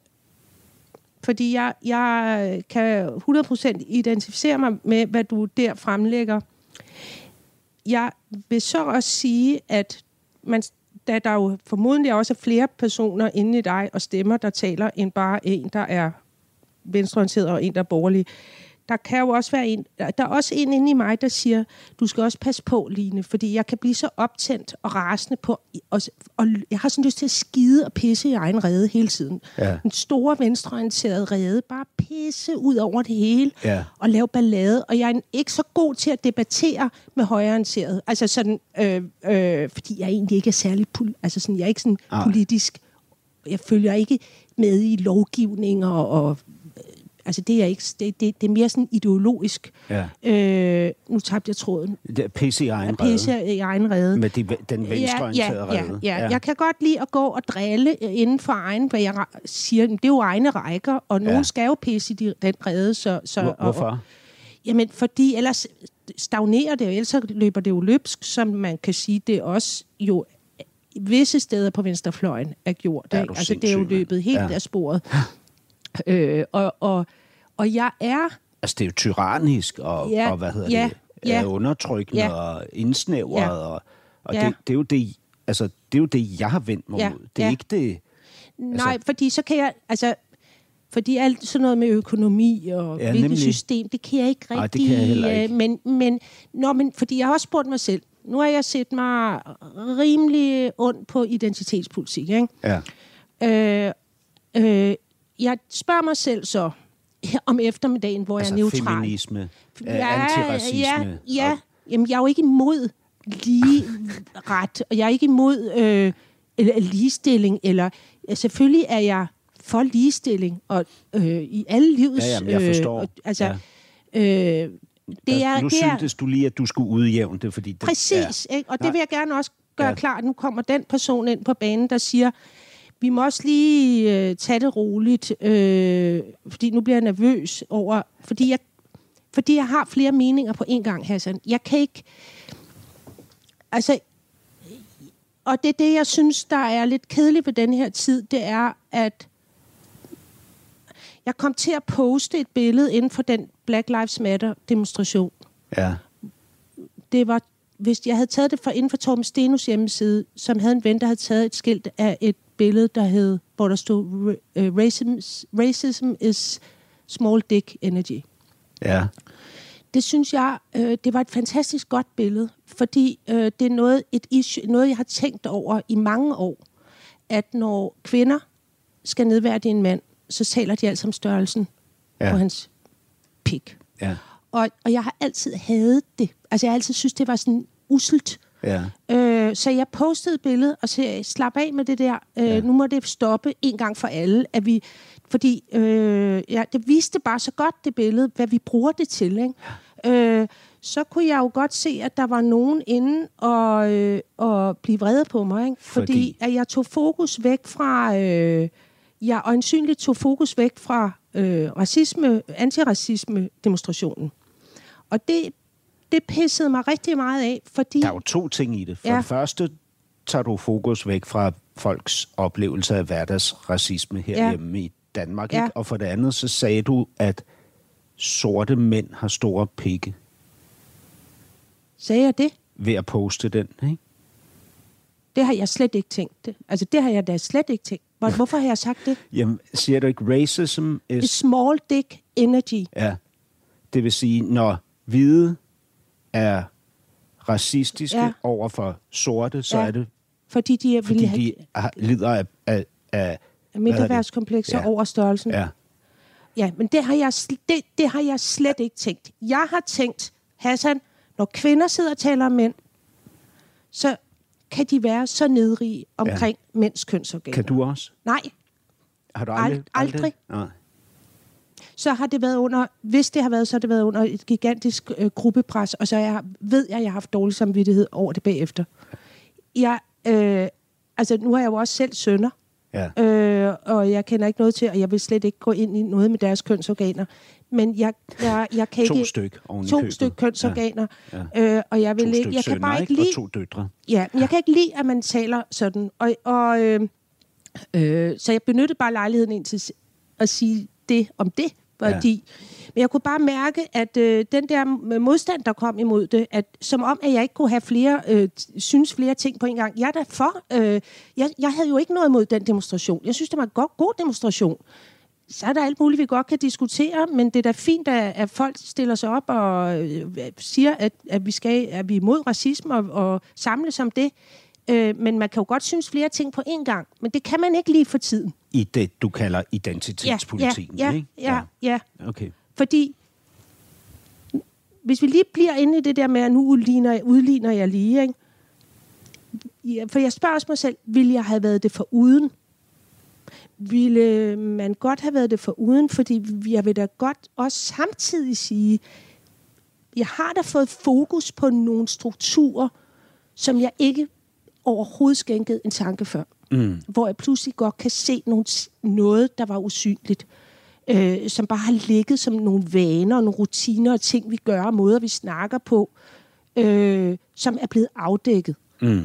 Fordi jeg, jeg kan hundrede procent identificere mig med, hvad du der fremlægger. Jeg vil så også sige, at man... da der jo formodentlig også er flere personer inde i dig og stemmer, der taler, end bare en, der er venstreorienteret og en, der er borgerlig. Der kan jo også være en, der er også en inde i mig, der siger, du skal også passe på, Line, fordi jeg kan blive så optændt og rasende på, og, og jeg har sådan lyst til at skide og pisse i egen rede hele tiden. Ja. En stor venstreorienteret rede, bare pisse ud over det hele, ja. og lave ballade, og jeg er ikke så god til at debattere med højreorienteret. Altså sådan, øh, øh, fordi jeg egentlig ikke er særlig, pol- altså sådan, jeg er ikke sådan ah. politisk, jeg følger ikke med i lovgivninger og altså det er ikke det, det, det er mere sådan ideologisk. Ja. Øh, nu tabte jeg tråden. Det er pisse i egen rede. Pisse i egen rede. Med de, den venstreorienterede ja, ja, rede. Ja, ja. Jeg kan godt lide at gå og drille inden for egen, hvad jeg siger, det er jo egne rækker, og nogen ja. skal jo pisse i de, den rede. Så, så, Hvor, hvorfor? Og, jamen, fordi ellers stagnerer det, og ellers så løber det jo løbsk, som man kan sige, det også jo visse steder på venstrefløjen er gjort. Ja, ikke? Altså det er jo løbet helt ja. af sporet. Øh, og, og, og jeg er... Altså, det er jo tyrannisk, og, ja, og hvad hedder ja, det, ja, undertrykkende ja, og indsnævret, ja, og, og ja. det, det, er jo det, altså, det er jo det, jeg har vendt mig ja, mod. Det er ja. ikke det... Nej, altså, fordi så kan jeg... Altså, fordi alt sådan noget med økonomi og ja, hvilket nemlig. system, det kan jeg ikke rigtig... Nej, det kan jeg heller ikke. Men, men, nå, men fordi jeg har også spurgt mig selv, nu har jeg set mig rimelig ondt på identitetspolitik, ikke? Ja. Øh, øh, jeg spørger mig selv så om eftermiddagen, hvor altså jeg er neutral. Feminisme, ja, antiracisme. Ja, ja. Jamen, jeg er jo ikke imod lige ret, og jeg er ikke imod øh, eller ligestilling, eller selvfølgelig er jeg for ligestilling, og øh, i alle livets... Ja, jamen, jeg forstår. Øh, altså, ja. øh, det er, nu det er, syntes du lige, at du skulle udjævne det, fordi... Det, præcis, ja. ikke? Og det vil jeg gerne også gøre ja. klart. Nu kommer den person ind på banen, der siger, vi må også lige øh, tage det roligt, øh, fordi nu bliver jeg nervøs over... Fordi jeg, fordi jeg har flere meninger på en gang, Hassan. Jeg kan ikke... Altså... Og det er det, jeg synes, der er lidt kedeligt ved den her tid, det er, at jeg kom til at poste et billede inden for den Black Lives Matter-demonstration. Ja. Det var, hvis jeg havde taget det fra inden for Torben Stenos hjemmeside, som havde en ven, der havde taget et skilt af et billede, der hed, hvor der stod, uh, racism, racism is small dick energy. Ja. Det synes jeg, øh, det var et fantastisk godt billede, fordi øh, det er noget, et issue, noget, jeg har tænkt over i mange år, at når kvinder skal nedværdige en mand, så taler de altså om størrelsen ja. på hans pik. Ja. Og, og jeg har altid hadet det. Altså, jeg har altid synes, det var sådan uselt. Ja. Øh, så jeg postede et billede og sagde, slap af med det der. Øh, ja. Nu må det stoppe en gang for alle. At vi, fordi øh, ja, det viste bare så godt, det billede, hvad vi bruger det til. Ikke? Øh, så kunne jeg jo godt se, at der var nogen inde og, øh, og blive vrede på mig. Ikke? Fordi? Fordi at jeg tog fokus væk fra... Øh, jeg øjensynligt tog fokus væk fra øh, racisme, antiracisme-demonstrationen. Og det, det pissede mig rigtig meget af, fordi... Der er jo to ting i det. For ja. det første tager du fokus væk fra folks oplevelse af hverdagsracisme herhjemme ja. i Danmark. Ja. Ikke? Og for det andet, så sagde du, at sorte mænd har store pikke. Sagde jeg det? Ved at poste den, ikke? Det har jeg slet ikke tænkt. Altså, det har jeg da slet ikke tænkt. Hvorfor har jeg sagt det? Jamen, siger du ikke, racism is... Small dick energy. Ja. Det vil sige, når hvide er racistiske ja. over for sorte, så ja. er det... Fordi de, er, fordi have... de har, lider af... af, af mindreværdskomplekser ja. over størrelsen. Ja. Ja, men det har, jeg, det, det har jeg slet ikke tænkt. Jeg har tænkt, Hassan, når kvinder sidder og taler om mænd, så kan de være så nedrige omkring ja. mænds kønsorganer. Kan du også? Nej. Har du aldrig? Ald- aldrig. aldrig? Så har det været under, hvis det har været, så har det været under et gigantisk øh, gruppepres, og så jeg, ved jeg, at jeg har haft dårlig samvittighed over det bagefter. Jeg, øh, altså, nu har jeg jo også selv sønner, ja. øh, og jeg kender ikke noget til, og jeg vil slet ikke gå ind i noget med deres kønsorganer. Men jeg, jeg, jeg kan to ikke... Styk to styk kønsorganer. Ja. Ja. Øh, og jeg vil to ikke... Jeg sønner, kan bare ikke lide... Og to døtre. Ja, men jeg kan ikke lide, at man taler sådan. Og, og, øh, øh, så jeg benyttede bare lejligheden ind til at sige det om det. Fordi, ja. Men jeg kunne bare mærke, at øh, den der modstand, der kom imod det, at som om, at jeg ikke kunne have flere, øh, synes flere ting på en gang. Jeg er da for. Øh, jeg, jeg havde jo ikke noget imod den demonstration. Jeg synes, det var en god, god demonstration. Så er der alt muligt, vi godt kan diskutere, men det er da fint, at, at folk stiller sig op og øh, siger, at, at, vi skal, at vi er imod racisme og, og samles om det. Øh, men man kan jo godt synes flere ting på én gang, men det kan man ikke lige for tiden. I det, du kalder identitetspolitikken, ja, ja, ikke? Ja, ja, ja. Okay. Fordi, hvis vi lige bliver inde i det der med, at nu udligner, udligner jeg lige, ikke? Ja, for jeg spørger også mig selv, ville jeg have været det for uden? Ville man godt have været det for uden? Fordi jeg vil da godt også samtidig sige, jeg har da fået fokus på nogle strukturer, som jeg ikke overhovedet skænkede en tanke før. Mm. Hvor jeg pludselig godt kan se nogle, noget, der var usynligt. Øh, som bare har ligget som nogle vaner og nogle rutiner og ting, vi gør og måder, vi snakker på, øh, som er blevet afdækket. Mm.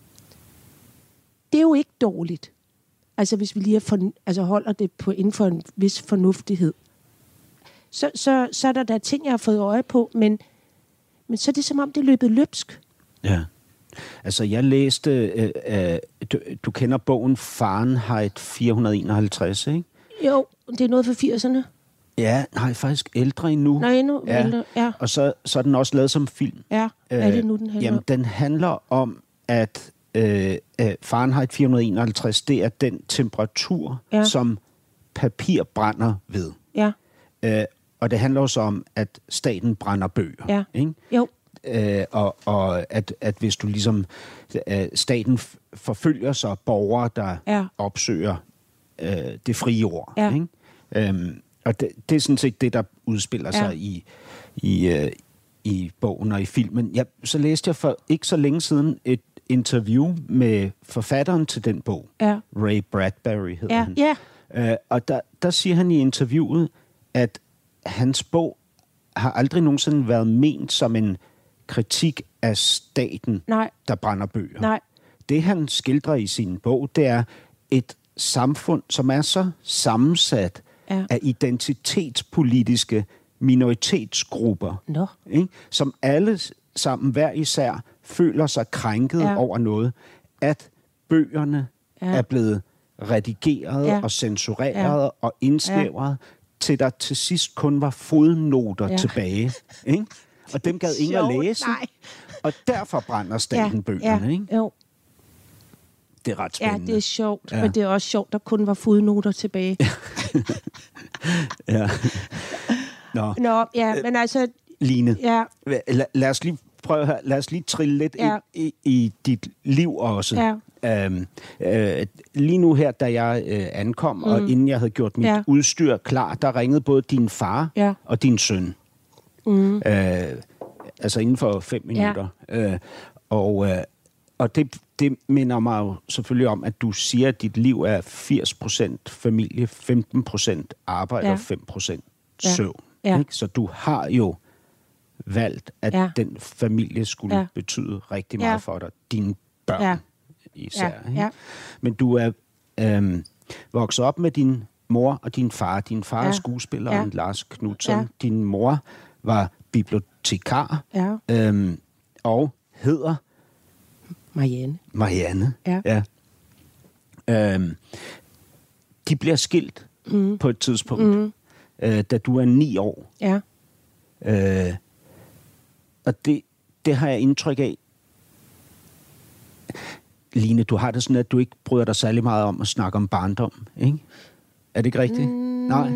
Det er jo ikke dårligt. Altså hvis vi lige for, altså holder det på inden for en vis fornuftighed. Så, så, så er der der ting, jeg har fået øje på, men, men så er det som om, det er løbet løbsk. Ja. Altså, jeg læste... Øh, øh, du, du kender bogen Fahrenheit fire hundrede enoghalvtreds, ikke? Jo, det er noget for firserne. Ja, nej, faktisk ældre endnu. Nej, endnu ja. ældre, ja. Og så, så er den også lavet som film. Ja, øh, er det nu, den handler Jamen, den handler om, at øh, øh, Fahrenheit fire hundrede enoghalvtreds, det er den temperatur, ja. som papir brænder ved. Ja. Øh, og det handler også om, at staten brænder bøger. Ja. Ikke? Jo. Øh, og og at, at hvis du ligesom... Øh, staten forfølger så borgere, der ja. opsøger øh, det frie ord. Ja. Ikke? Øhm, og det, det er sådan set det, der udspiller ja. sig i, i, øh, i bogen og i filmen. Ja, så læste jeg for ikke så længe siden et interview med forfatteren til den bog. Ja. Ray Bradbury hedder ja. han. Ja. Øh, og der, der siger han i interviewet, at hans bog har aldrig nogensinde været ment som en kritik af staten, Nej. der brænder bøger. Nej. Det, han skildrer i sin bog, det er et samfund, som er så sammensat ja. af identitetspolitiske minoritetsgrupper, no. ikke? Som alle sammen hver især føler sig krænket ja. over noget, at bøgerne ja. er blevet redigeret ja. og censureret ja. og indsnævret, ja. til der til sidst kun var fodnoter ja. tilbage. Ikke? Og dem gad ingen at læse. Nej. Og derfor brænder staten ja. bøgerne. Ja. Ikke? Jo. Det det er ret spændende. Ja, det er sjovt, ja. Men det er også sjovt, der kun var fodnoter tilbage. ja. Nå. Nå, ja, men altså... Line, ja. lad, lad os lige prøve her. Lad os lige trille lidt ja. i, i dit liv også. Ja. Øhm, øh, lige nu her, da jeg øh, ankom, mm. og inden jeg havde gjort mit ja. udstyr klar, der ringede både din far ja. og din søn. Mm. Øh, altså inden for fem minutter. Ja. Øh, og øh, og det, det minder mig jo selvfølgelig om, at du siger, at dit liv er firs procent familie, femten procent arbejde ja. og fem procent søvn. Ja. Ja. Ikke? Så du har jo valgt, at ja. den familie skulle ja. betyde rigtig meget ja. for dig. Dine børn ja. især. Ja. Ja. Men du er øhm, vokset op med din mor og din far. Din far ja. er skuespilleren ja. Lars Knutzon. Ja. Din mor var bibliotekar ja. øhm, og hedder... Marianne. Marianne, ja. ja. Øhm, de bliver skilt mm. på et tidspunkt, mm. øh, da du er ni år. Ja. Øh, og det, det har jeg indtryk af. Line, du har det sådan, at du ikke bryder dig særlig meget om at snakke om barndom, ikke? Er det ikke rigtigt? Mm, nej?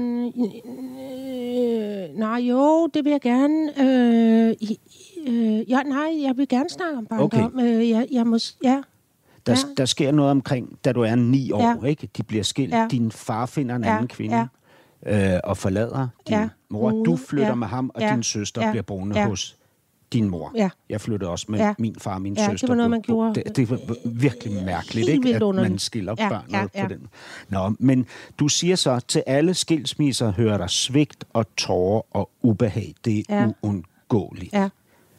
Øh, nej, jo, det vil jeg gerne. Øh, øh, ja, nej, jeg vil gerne snakke om barndom. Okay. Øh, jeg, jeg må, ja. Der, ja. der sker noget omkring, da du er ni år, ja. ikke? De bliver skilt. Ja. Din far finder en ja. anden kvinde ja. øh, og forlader din ja. mor. Du flytter ja. med ham, og ja. din søster ja. bliver boende ja. hos din mor. Ja. Jeg flyttede også med ja. min far og min ja, søster. Det var noget, man gjorde. Det, det var virkelig mærkeligt, ikke? At man skiller ja, børn ja, ja. på den. Nå, men du siger så, til alle skilsmisser hører der svigt og tårer og ubehag. Det er ja. uundgåeligt. Ja.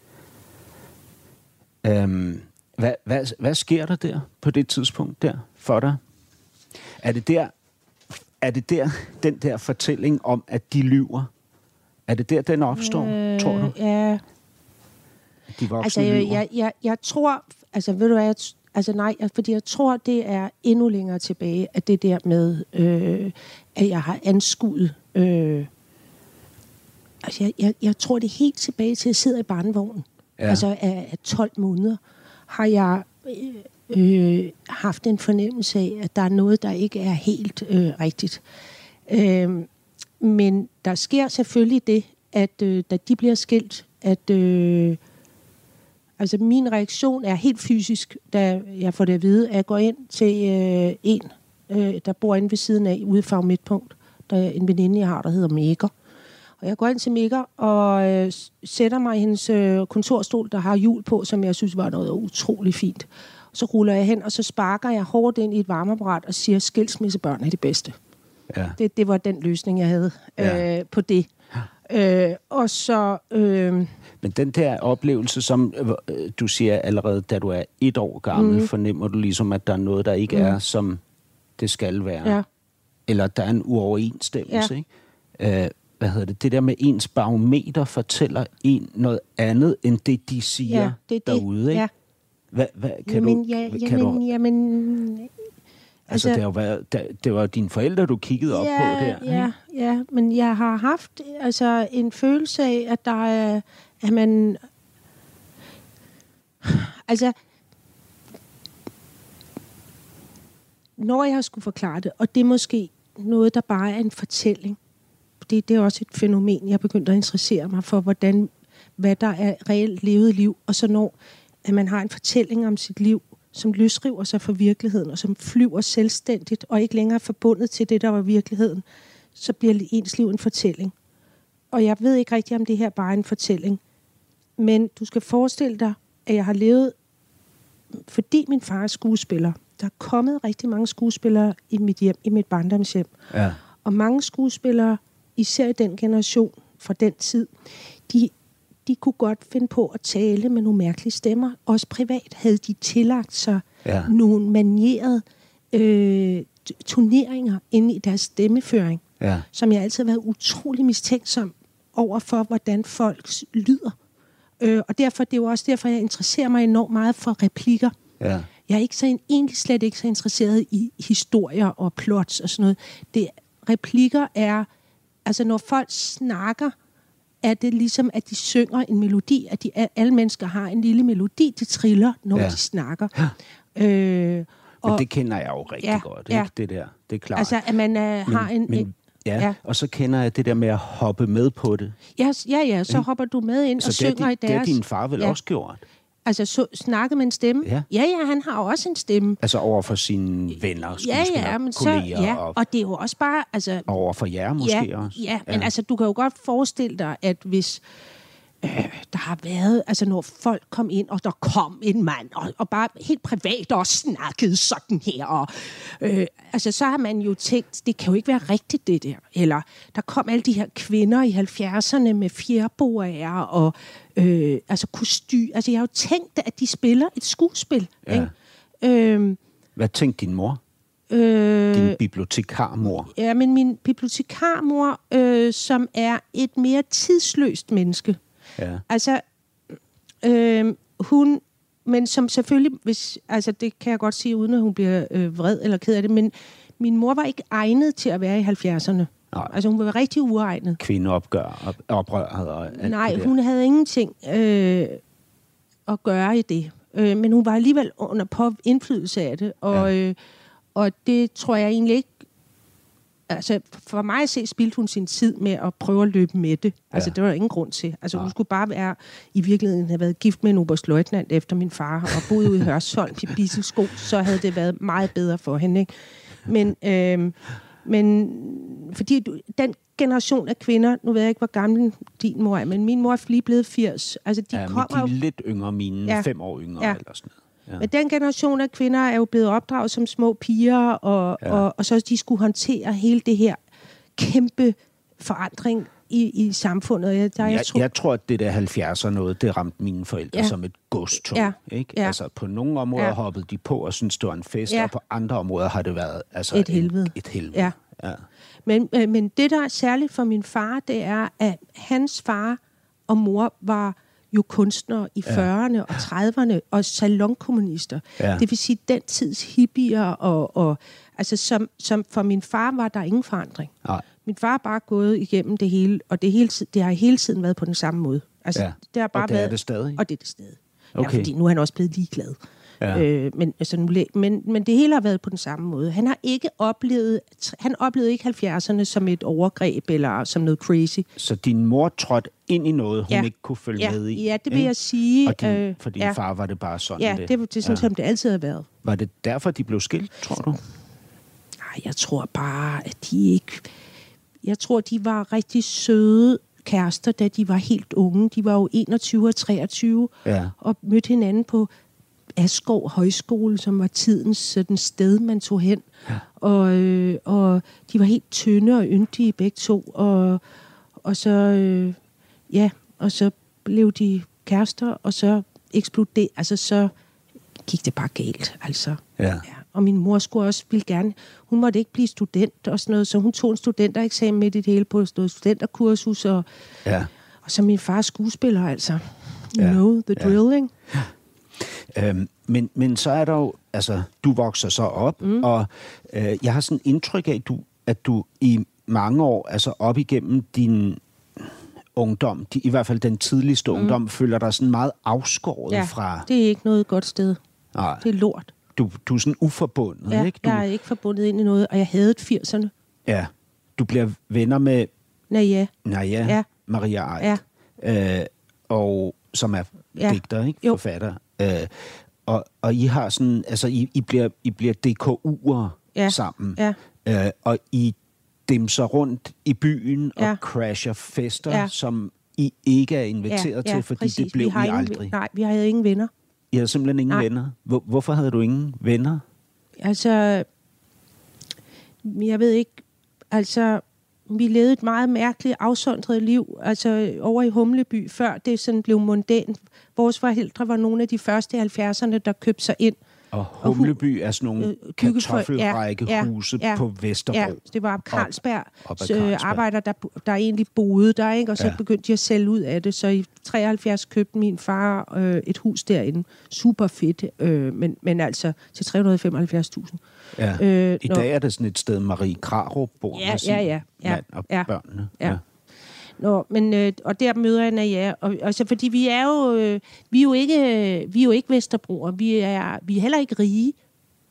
Øhm, hvad, hvad, hvad sker der der på det tidspunkt der for dig? Er det der, er det der den der fortælling om, at de lyver? Er det der, den opstår, øh, tror du? Ja. De altså, jeg, jeg, jeg, jeg tror, altså ved du hvad, jeg, altså nej, fordi jeg tror, det er endnu længere tilbage, at det der med, øh, at jeg har anskuet, øh, altså jeg, jeg, jeg tror, det er helt tilbage til, at jeg sidder i barnevognen. Ja. Altså af, af tolv måneder har jeg øh, haft en fornemmelse af, at der er noget, der ikke er helt øh, rigtigt. Øh, men der sker selvfølgelig det, at øh, da de bliver skilt, at øh, altså min reaktion er helt fysisk, da jeg får det at vide, at jeg går ind til øh, en, øh, der bor inde ved siden af, ude i Fag Midtpunkt. Der er en veninde, jeg har, der hedder Mega. Og jeg går ind til Mega og øh, sætter mig i hendes øh, kontorstol, der har hjul på, som jeg synes var noget utrolig fint. Og så ruller jeg hen, og så sparker jeg hårdt ind i et varmeapparat og siger, skilsmissebørn er det bedste. Ja. Det, det var den løsning, jeg havde ja. øh, på det. Ja. Øh, og så... Øh, Men den der oplevelse, som øh, du siger allerede, da du er et år gammel, mm. fornemmer du ligesom, at der er noget, der ikke mm. er, som det skal være. Ja. Eller der er en uoverensstemmelse, ja. ikke? Øh, hvad hedder det? Det der med ens barometer fortæller en noget andet, end det, de siger ja, det, derude, det. ikke? Ja. Hvad, hvad, kan jamen, du... Ja, kan jamen, du jamen... Altså, altså det, var, det, det var dine forældre, du kiggede op ja, på der. Ja, ja, men jeg har haft altså, en følelse af, at der er... At man... Altså... Når jeg skulle forklare det, og det er måske noget, der bare er en fortælling, det, det er også et fænomen, jeg begyndte at interessere mig for, hvordan, hvad der er reelt levet liv, og så når at man har en fortælling om sit liv, som løsriver sig fra virkeligheden, og som flyver selvstændigt, og ikke længere forbundet til det, der var virkeligheden, så bliver ens liv en fortælling. Og jeg ved ikke rigtig, om det her bare er en fortælling. Men du skal forestille dig, at jeg har levet, fordi min far er skuespiller. Der er kommet rigtig mange skuespillere i mit hjem, i mit barndomshjem. Ja. Og mange skuespillere, især i den generation fra den tid, de, de kunne godt finde på at tale med nogle mærkelige stemmer. Også privat havde de tillagt sig ja. nogle manierede øh, turneringer inde i deres stemmeføring, ja. som jeg altid har været utrolig mistænksom over for, hvordan folk lyder. Øh, og derfor, det er jo også derfor, jeg interesserer mig enormt meget for replikker. Ja. Jeg er ikke så, egentlig slet ikke så interesseret i historier og plots og sådan noget. Det, replikker er, altså når folk snakker, er det ligesom, at de synger en melodi, at de, alle mennesker har en lille melodi, de triller, når ja. de snakker. Ja. Øh, Og, men det kender jeg jo rigtig ja, godt, ikke? Ja. Det der, det er klart. Altså, at man uh, har men, en... Men, ja, ja, og så kender jeg det der med at hoppe med på det. Ja, ja, ja så hopper du med ind så og synger de, i deres... det har din far vel ja. også gjort? Altså, så, snakke med en stemme? Ja. ja, ja, han har også en stemme. Altså over for sine venner, ja, ja, men så, ja, og, og det er jo også bare... Altså, over for jer måske ja, også? Ja, men ja. altså, du kan jo godt forestille dig, at hvis... Øh, der har været, altså når folk kom ind, og der kom en mand, og, og bare helt privat og snakkede sådan her, og øh, altså så har man jo tænkt, det kan jo ikke være rigtigt det der, eller der kom alle de her kvinder i halvfjerdserne med fjerboer og øh, altså kostyr, altså jeg har jo tænkt, at de spiller et skuespil, ja. ikke? Øh, Hvad tænkte din mor? Øh, Din bibliotekarmor? Ja, men min bibliotekarmor, øh, som er et mere tidsløst menneske. Ja. Altså, øh, hun, men som selvfølgelig, hvis, altså det kan jeg godt sige, uden at hun bliver øh, vred eller ked af det, men min mor var ikke egnet til at være i halvfjerdserne. Nej. Altså hun var rigtig uegnet. Kvindeopgør, op, oprør og alt Nej, det der. hun havde ingenting øh, at gøre i det. Øh, men hun var alligevel under på indflydelse af det, og, ja. øh, og det tror jeg egentlig ikke. Altså, for mig at se, spildte hun sin tid med at prøve at løbe med det. Altså, ja. det var der ingen grund til. Altså, hun skulle bare være, i virkeligheden have været gift med en oberstløjtnant efter min far, og boet ude i Hørsholm i Bisselsko, så havde det været meget bedre for hende, ikke? Men, øh, men fordi du, den generation af kvinder, nu ved jeg ikke, hvor gammel din mor er, men min mor er lige blevet firs. Altså, de ja, kommer men de er lidt yngre, mine ja. fem år yngre, ja. eller sådan noget. Ja. Men den generation af kvinder er jo blevet opdraget som små piger, og, ja. og, og så de skulle håndtere hele det her kæmpe forandring i, i samfundet. Jeg, der, jeg, jeg, tror, jeg tror, at det der halvfjerdser noget, det ramte mine forældre ja. som et godstog. Ja. Ikke? Ja. Altså, på nogle områder ja. hoppede de på og syntes, det var en fest, ja. og på andre områder har det været altså, et helvede. Et, et helvede. Ja. Ja. Men, øh, men det, der er særligt for min far, det er, at hans far og mor var jo kunstnere i ja. fyrrerne og trediverne og salonkommunister. Ja. Det vil sige den tids hippier og, og altså som, som for min far var der ingen forandring. Nej. Min far har bare gået igennem det hele, og det, hele, det har hele tiden været på den samme måde. Altså, ja. det har bare og det været, er det stadig? Og det er det stadig. Okay. Ja, fordi nu er han også blevet ligeglad. Ja. Øh, men, altså, nu, men, men det hele har været på den samme måde. Han har ikke oplevet, han oplevede ikke halvfjerdserne som et overgreb eller som noget crazy. Så din mor trådte ind i noget, hun ja. ikke kunne følge ja. med i? Ja, det vil jeg sige. Og din, øh, for din ja. far var det bare sådan ja, det? Ja, det, det er sådan, ja. som det altid har været. Var det derfor, de blev skilt, tror du? Nej, jeg tror bare, at de ikke... Jeg tror, de var rigtig søde kærester, da de var helt unge. De var jo enogtyve og treogtyve ja. og mødte hinanden på Askov Højskole, som var tidens sådan sted, man tog hen. Ja. Og, øh, og de var helt tynde og yndige begge to. Og, og så øh, ja, og så blev de kærester, og så eksploderede, altså så gik det bare galt, altså. Ja. Ja. Og min mor skulle også ville gerne, hun måtte ikke blive student og sådan noget, så hun tog en studentereksamen midt i det hele på noget studenterkursus, og, ja. og så min far skuespiller, altså. You ja. know, the ja. drill, ikke? Øhm, men, men så er der jo, altså, du vokser så op, mm. og øh, jeg har sådan indtryk af, du, at du i mange år, altså op igennem din ungdom, de, i hvert fald den tidligste mm. ungdom, føler dig sådan meget afskåret ja, fra... det er ikke noget godt sted. Nej. Det er lort. Du, du er sådan uforbundet, ja, ikke? Du, jeg er ikke forbundet ind i noget, og jeg havde firserne. Ja, du bliver venner med... Naja. Naja, ja. Maria Aidt, ja. øh, og, som er ja. digter, ikke? Jo. Forfatter. Øh, og, og I har sådan, altså I, I bliver, I bliver D K U'er ja. sammen, ja. øh, og I dimser rundt i byen ja. og crasher fester, ja. som I ikke er inviteret ja, ja, til, fordi præcis. det blev I ingen, aldrig. Nej, vi havde ingen venner. I havde simpelthen ingen nej. venner? Hvor, hvorfor havde du ingen venner? Altså, jeg ved ikke, altså, vi levede et meget mærkeligt, afsondret liv, altså over i Humleby, før det sådan blev mondænt. Vores forældre var nogle af de første i halvfjerdserne, der købte sig ind. Og Humleby er sådan nogle øh, kartoffelrækkehuse ja, ja, på Vesterbro. Ja, det var Carlsberg, op, op øh, arbejder, der, der egentlig boede der, ikke? Og så ja. begyndte de at sælge ud af det. Så i treoghalvfjerds købte min far øh, et hus derinde. Super fedt, øh, men, men altså til tre hundrede og femoghalvfjerds tusind. Ja. Øh, I når, dag er det sådan et sted, Marie Krarup bor ja, med sin ja, ja, ja, mand og ja, børnene. Ja. Ja. Nå, men øh, og der møder jeg Naja, og altså fordi vi er jo øh, vi er jo ikke vi er jo ikke Vesterbroer, vi er vi er heller ikke rige.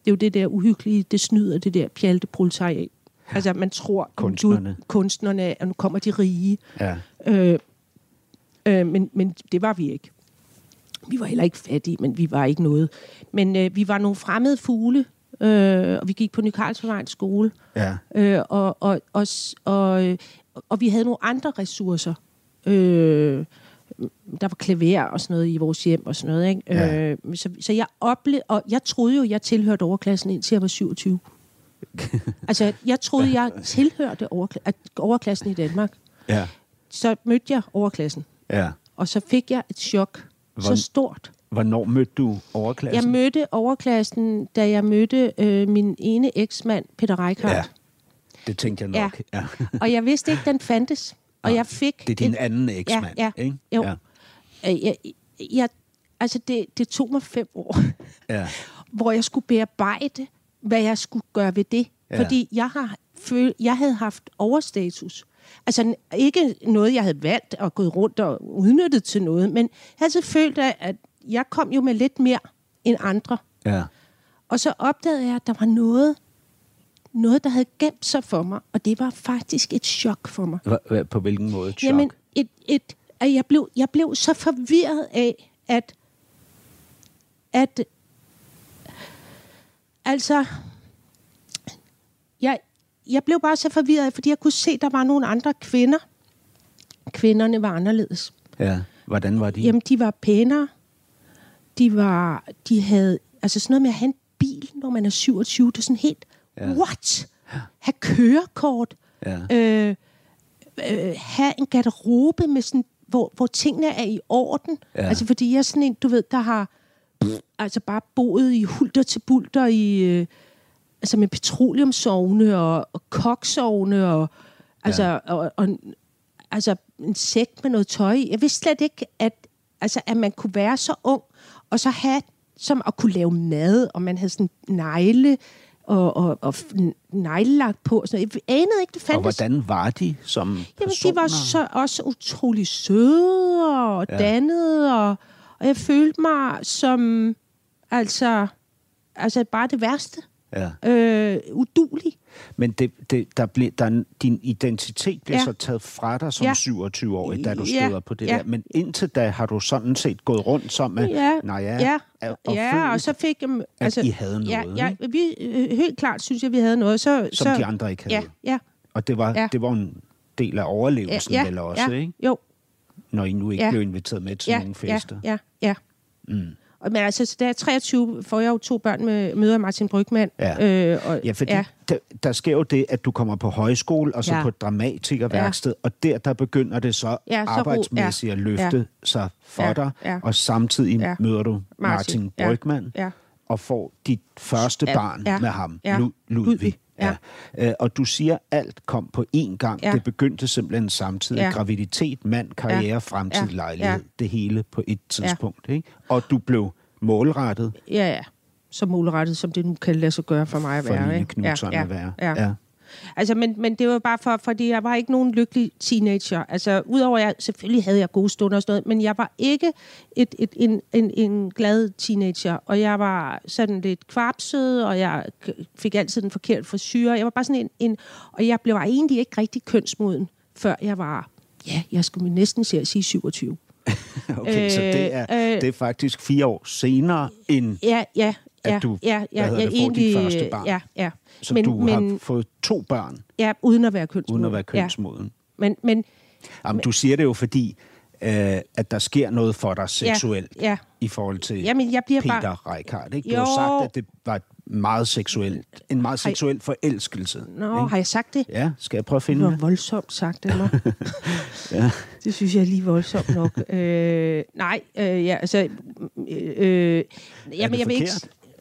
det er jo det der uhyggelige, det snyder det der pjalte proletariat. Ja. Altså, man tror, kunstnerne, du, kunstnerne og nu kommer de rige. Ja. Øh, øh, men, men det var vi ikke. Vi var heller ikke fattige, men vi var ikke noget. Men øh, vi var nogle fremmede fugle, øh, og vi gik på Ny Carlsbergvejens skole. Ja. Øh, og, og, og, og, og vi havde nogle andre ressourcer. Øh, der var klaver og sådan noget i vores hjem og sådan noget, ikke? Ja. Øh, så, så jeg oplevede, og jeg troede jo, jeg tilhørte overklassen indtil jeg var syvogtyve. Altså, jeg troede, jeg tilhørte overkla- overklassen i Danmark. Ja. Så mødte jeg overklassen. Ja. Og så fik jeg et chok. Hvor, så stort. Hvornår mødte du overklassen? Jeg mødte overklassen, da jeg mødte øh, min ene eksmand, Peter Reichardt. Ja, det tænkte jeg nok. Ja. Ja. Og jeg vidste ikke, den fandtes. Og jeg fik det er din et, anden eksmand, ja, ja, ikke? Jo. Ja. Jeg, jeg, jeg, altså, det, det tog mig fem år, Ja. hvor jeg skulle bearbejde, hvad jeg skulle gøre ved det. Ja. Fordi jeg, har føl, jeg havde haft overstatus. Altså ikke noget, jeg havde valgt og gået rundt og udnyttet til noget, men jeg havde så følt, at jeg kom jo med lidt mere end andre. Ja. Og så opdagede jeg, at der var noget, noget, der havde gemt sig for mig, og det var faktisk et chok for mig. H- på hvilken måde et chok? Jamen, et, et, at jeg, blev, jeg blev så forvirret af, at, at altså, jeg, jeg blev bare så forvirret, fordi jeg kunne se, at der var nogle andre kvinder. Kvinderne var anderledes. Ja, hvordan var de? Jamen, de var pænere. De var, de havde, altså sådan noget med at have en bil, når man er syvogtyve, det er sådan helt, ja. What? Have kørekort. Ja. Øh, øh, have en garderobe med sådan, hvor, hvor tingene er i orden. Ja. Altså, fordi jeg er sådan en, du ved, der har pff, altså bare boet i hulter til bulter i, øh, altså med petroleumsovne og, og koksovne og, altså, ja. og, og, altså en sæk med noget tøj. Jeg vidste slet ikke, at, altså, at man kunne være så ung, og så have, som at kunne lave mad, og man havde sådan negle, og, og, og neglelagt på. Og sådan. Jeg anede ikke, det fandtes. Og hvordan var de som Jamen, personer? de var så også utrolig søde og ja. dannede, og, og jeg følte mig som, altså, altså bare det værste. Ja. Øh, udulig. Men det, det, der blev, der, din identitet blev ja. så taget fra dig som ja. syvogtyve-årig, da du ja. støder på det ja. der. Men indtil da har du sådan set gået rundt som med ja. Naja, ja. og, og, ja, og så fik jeg... Altså, at I havde noget, ja, ja, vi, helt klart synes jeg, vi havde noget. Så, som så, de andre ikke havde. Ja, ja. Og det var, ja. det var en del af overlevelsen ja, vel også, ja. ikke? Jo. Når I nu ikke ja. blev inviteret med til ja, nogle fester. Ja, ja, ja. Mm. Men altså, da jeg er treogtyve, får jeg jo to børn med møder Martin Brygmann. Ja, øh, og, ja fordi ja. Der, der sker jo det, at du kommer på højskole, og så ja. på et dramatikerværksted, ja. og der, der begynder det så, ja, så arbejdsmæssigt ja. at løfte ja. sig for ja. dig, ja. og samtidig ja. møder du Martin, Martin Brygmann, ja. Ja. og får dit første barn ja. med ham, ja. Ludvig. Ludvig. Ja. Ja. Og du siger, alt kom på én gang. Ja. Det begyndte simpelthen samtidig. Ja. Graviditet, mand, karriere, ja. fremtid, lejlighed. Ja. Det hele på et tidspunkt. Ja. Ikke? Og du blev målrettet. Ja, ja. Så målrettet, som det nu kan lade sig gøre for mig at være. For Line Knutzon ja, ja, at være. Ja. Ja. Altså, men, men det var bare for, fordi jeg var ikke nogen lykkelig teenager. Altså, udover jeg, selvfølgelig havde jeg gode stunder og sådan noget, men jeg var ikke et, et, en, en, en glad teenager. Og jeg var sådan lidt kvapset, og jeg fik altid den forkerte frisyre. Jeg var bare sådan en, en og jeg blev egentlig ikke rigtig kønsmoden, før jeg var, ja, jeg skulle næsten sige syvogtyve. Okay, øh, så det er, øh, det er faktisk fire år senere, end ja, ja, ja, at du ja, ja, hvad ja, det, får egentlig, dit første barn. Ja, ja. Så men, du men, har fået to børn. Ja, uden at være kønsmoden. Uden at være kønsmoden. Ja. Men, men, Jamen, du siger det jo, fordi øh, at der sker noget for dig seksuelt ja, ja. i forhold til Jamen, jeg bliver Peter bare... Reichardt. Ikke? Du jo. har sagt, at det var meget seksuelt, en meget seksuel forelskelse. Nå, ikke? har jeg sagt det? Ja, skal jeg prøve at finde det? Det var voldsomt sagt af mig. ja. Det synes jeg er lige voldsomt nok. øh, nej, øh, ja, altså... Øh, jamen, jeg vil ikke...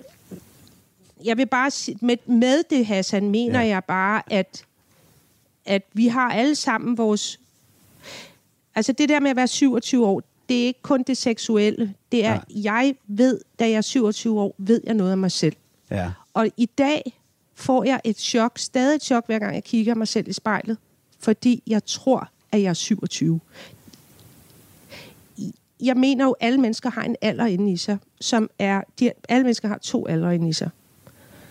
Jeg vil bare sige, med, med det, Hassan, mener ja. jeg bare, at, at vi har alle sammen vores... Altså det der med at være syvogtyve år, det er ikke kun det seksuelle. Det er, ja. jeg ved, da jeg er syvogtyve år, ved jeg noget af mig selv. Ja. Og i dag får jeg et chok, stadig et chok, hver gang jeg kigger mig selv i spejlet, fordi jeg tror, at jeg er syvogtyve. Jeg mener jo, at alle mennesker har en alder inde i sig, som er... De, alle mennesker har to aldre inde i sig.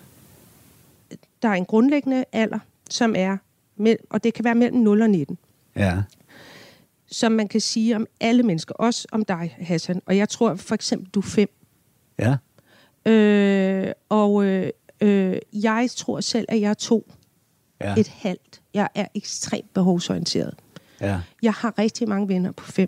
der er en grundlæggende alder, som er, mellem, og det kan være mellem nul og nitten. Ja. Som man kan sige om alle mennesker, også om dig, Hassan. Og jeg tror for eksempel, du er fem. Ja. Øh, og øh, øh, jeg tror selv, at jeg er to. Ja. Et halvt. Jeg er ekstremt behovsorienteret. Ja. Jeg har rigtig mange venner på fem.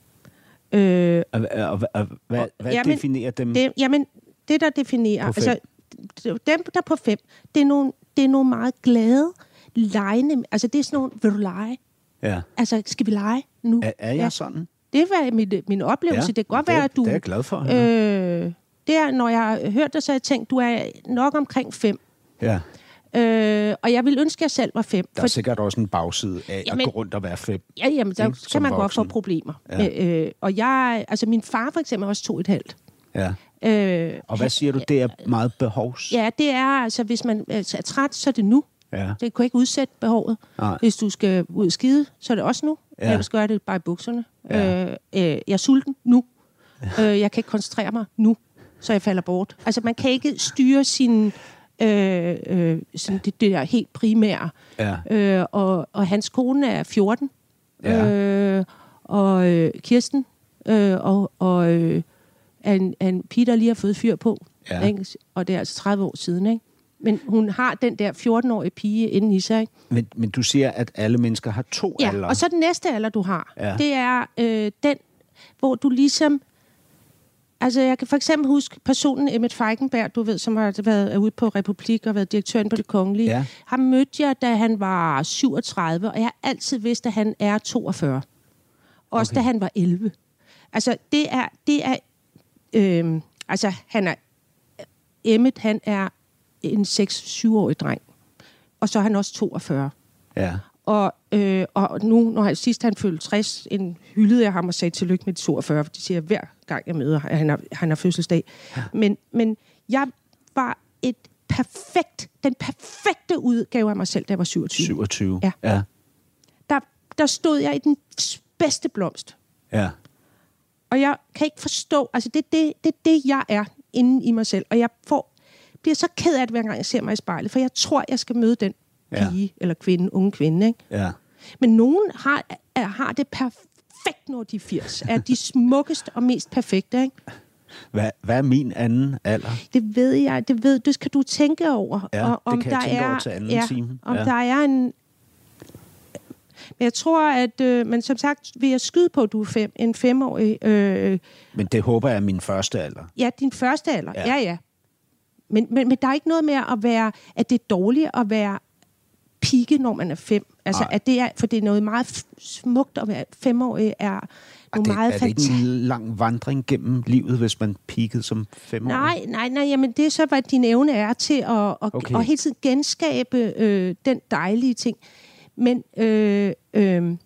Øh, og, og, og, og hvad, og, hvad jamen, definerer dem? Det, jamen, det der definerer... Altså, dem, der på fem, det er nogle, det er nogle meget glade, legende... Altså, det er sådan nogle... Vil du lege? Ja. Altså, skal vi lege nu? Er, er jeg ja. sådan? Det var min, min oplevelse. Ja, det kan godt det, være, at du... Det er jeg glad for. Øh, det er, når jeg har hørt dig, så har jeg tænkt, du er nok omkring fem. Ja. Øh, og jeg vil ønske, at jeg selv var fem. Der er for... sikkert også en bagside af jamen, at gå rundt og være fem. Ja, jamen, der kan man voksen. Godt få problemer. Ja. Øh, og jeg... Altså, min far for eksempel er også to et halvt. Ja. Øh, og hvad siger du, det er meget behovs? Ja, det er altså, hvis man er træt, så er det nu. Ja. Det kan ikke udsætte behovet. Nej. Hvis du skal ud og skide, så er det også nu. Ja. Ellers gør jeg det bare i bukserne. Ja. Øh, øh, jeg er sulten nu. Ja. Øh, jeg kan ikke koncentrere mig nu, så jeg falder bort. Altså, man kan ikke styre sin, øh, øh, sådan det, det der helt primære. Ja. Øh, og, og hans kone er fjorten. Ja. Øh, og øh, Kirsten. Øh, og... og øh, En, en pige, der lige har fået fyr på. Ja. Ikke? Og det er altså tredive år siden. Ikke? Men hun har den der fjorten-årige pige inden i sig. Ikke? Men, men du siger, at alle mennesker har to ja, aldre. Og så den næste alder, du har, ja. Det er øh, den, hvor du ligesom... Altså, jeg kan for eksempel huske personen Emmet Feigenberg, du ved, som har været ude på Republik og været direktøren på Det Kongelige. Ja. Ham mødte jeg, da han var syvogtredive, og jeg har altid vidst, at han er toogfyrre. Også okay. Da han var elleve. Altså, det er... Det er Øhm, altså, han er... Emmet, han er en seks-syv-årig dreng. Og så er han også toogfyrre. Ja. Og, øh, og nu, når han sidst han følte tres, en hyldede jeg ham og sagde tillykke med de toogfyrre, for det siger jeg hver gang, jeg møder, at han har, han har fødselsdag. Ja. Men, men jeg var et perfekt, den perfekte udgave af mig selv, da jeg var syvogtyve. syvogtyve, ja. ja. Der, der stod jeg i den bedste blomst. Ja. Og jeg kan ikke forstå, altså det er det, det, det, jeg er inde i mig selv. Og jeg får, bliver så ked af det, hver gang jeg ser mig i spejlet, for jeg tror, jeg skal møde den pige, ja. Eller kvinde, unge kvinde. Ikke? Ja. Men nogen har, er, har det perfekt, når de er firs. Er de smukkeste og mest perfekte. Ikke? Hvad, hvad er min anden alder? Det ved jeg, det ved det skal du tænke over. Ja, og, om det kan der jeg tænke er, over til anden ja, time. Om ja. der er en... Men jeg tror, at... Øh, men som sagt, vil jeg skyde på, at du er fem, en femårig... Øh, men det håber jeg er min første alder. Ja, din første alder. Ja, ja. ja. Men, men, men der er ikke noget med at være... At det er dårligt at være pige, når man er fem. Altså, at det er, for det er noget meget smukt at være femårig, er nogle det, meget fantastisk. Er det ikke en lang vandring gennem livet, hvis man peakede som femårig? Nej, nej, nej. Jamen, det er så, hvad din evne er til at, at, okay. at hele tiden genskabe øh, den dejlige ting. Men øh, øh,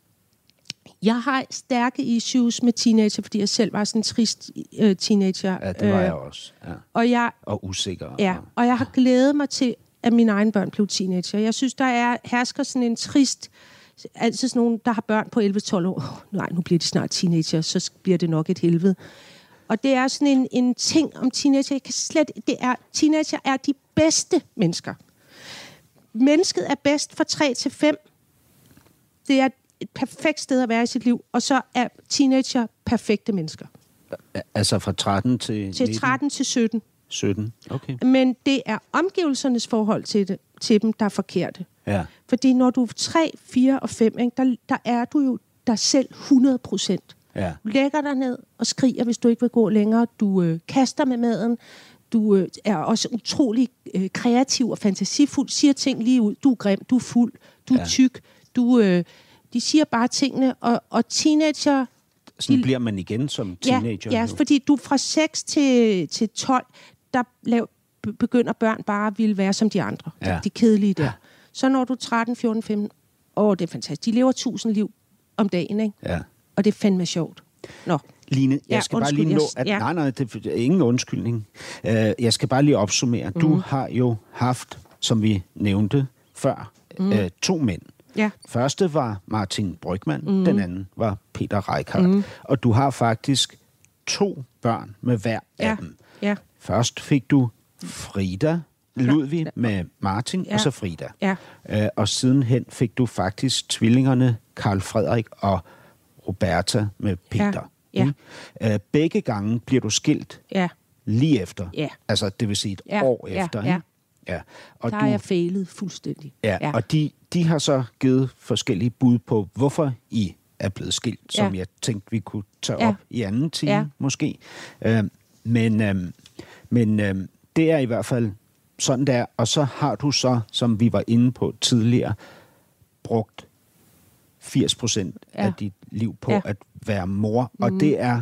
jeg har stærke issues med teenager, fordi jeg selv var sådan en trist øh, teenager. Ja, det var jeg også. Ja. Og, jeg, og usikker. Ja, og jeg har glædet mig til, at mine egne børn blev teenager. Jeg synes, der er hersker sådan en trist... Altså sådan nogen, der har børn på elleve tolv år. Oh, nej, nu bliver de snart teenager, så bliver det nok et helvede. Og det er sådan en, en ting om teenager. Jeg kan slet... Det er, teenager er de bedste mennesker. Mennesket er bedst fra tre til fem. Det er et perfekt sted at være i sit liv, og så er teenager perfekte mennesker. Altså fra tretten til Til tretten til sytten. sytten, okay. Men det er omgivelsernes forhold til, det, til dem, der er forkerte. Ja. Fordi når du er tre, fire og fem, ikke, der, der er du jo dig selv hundrede procent. Ja. Du lægger dig ned og skriger, hvis du ikke vil gå længere. Du øh, kaster med maden. Du øh, er også utrolig øh, kreativ og fantasifuld. Siger ting lige ud. Du er grim, du er fuld, du er ja. tyk. Du, øh, de siger bare tingene. Og, og teenager... Sådan de, bliver man igen som teenager. Ja, ja, fordi du fra seks til, til tolv, der lav, begynder børn bare at ville være som de andre. Ja. De, de kedelige der. Ja. Så når du er tretten, fjorten, femten, åh, det er fantastisk. De lever tusind liv om dagen, ikke? Ja. Og det er fandme sjovt. Nå. Line, jeg ja, skal undskyld, bare lige nå... At, ja. Nej, nej, det er ingen undskyldning. Uh, jeg skal bare lige opsummere. Mm. Du har jo haft, som vi nævnte før, mm. uh, to mænd. Ja. Første var Martin Brygmann, mm. den anden var Peter Reichhardt. Mm. Og du har faktisk to børn med hver ja. af dem. Ja. Først fik du Frida Ludvig med Martin, ja. og så Frida. Ja. Øh, og sidenhen fik du faktisk tvillingerne Karl Frederik og Roberta med Peter. Ja. Ja. Øh, begge gange bliver du skilt ja. lige efter. Ja. Altså, det vil sige et ja. år ja. efter. Ja. Ja. Og der du, er jeg fejlet fuldstændig. Ja, ja. Og de, de har så givet forskellige bud på, hvorfor I er blevet skilt, ja. som jeg tænkte, vi kunne tage ja. op i anden time, ja. måske. Øh, men øh, men øh, det er i hvert fald sådan der. Og så har du så, som vi var inde på tidligere, brugt firs procent ja. af dit liv på ja. at være mor. Mm. Og det er,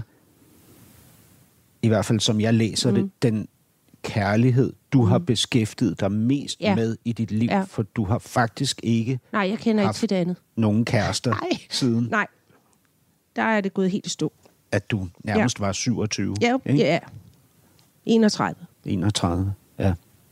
i hvert fald som jeg læser mm. det, den kærlighed, du mm. har beskæftiget dig mest ja. med i dit liv, ja. for du har faktisk ikke Nej, jeg kender ikke til det andet. nogen kærester Nej. siden. Nej, der er det gået helt i stå. At du nærmest ja. var syvogtyve. Ja, ikke? ja. enogtredive. enogtredive, ja.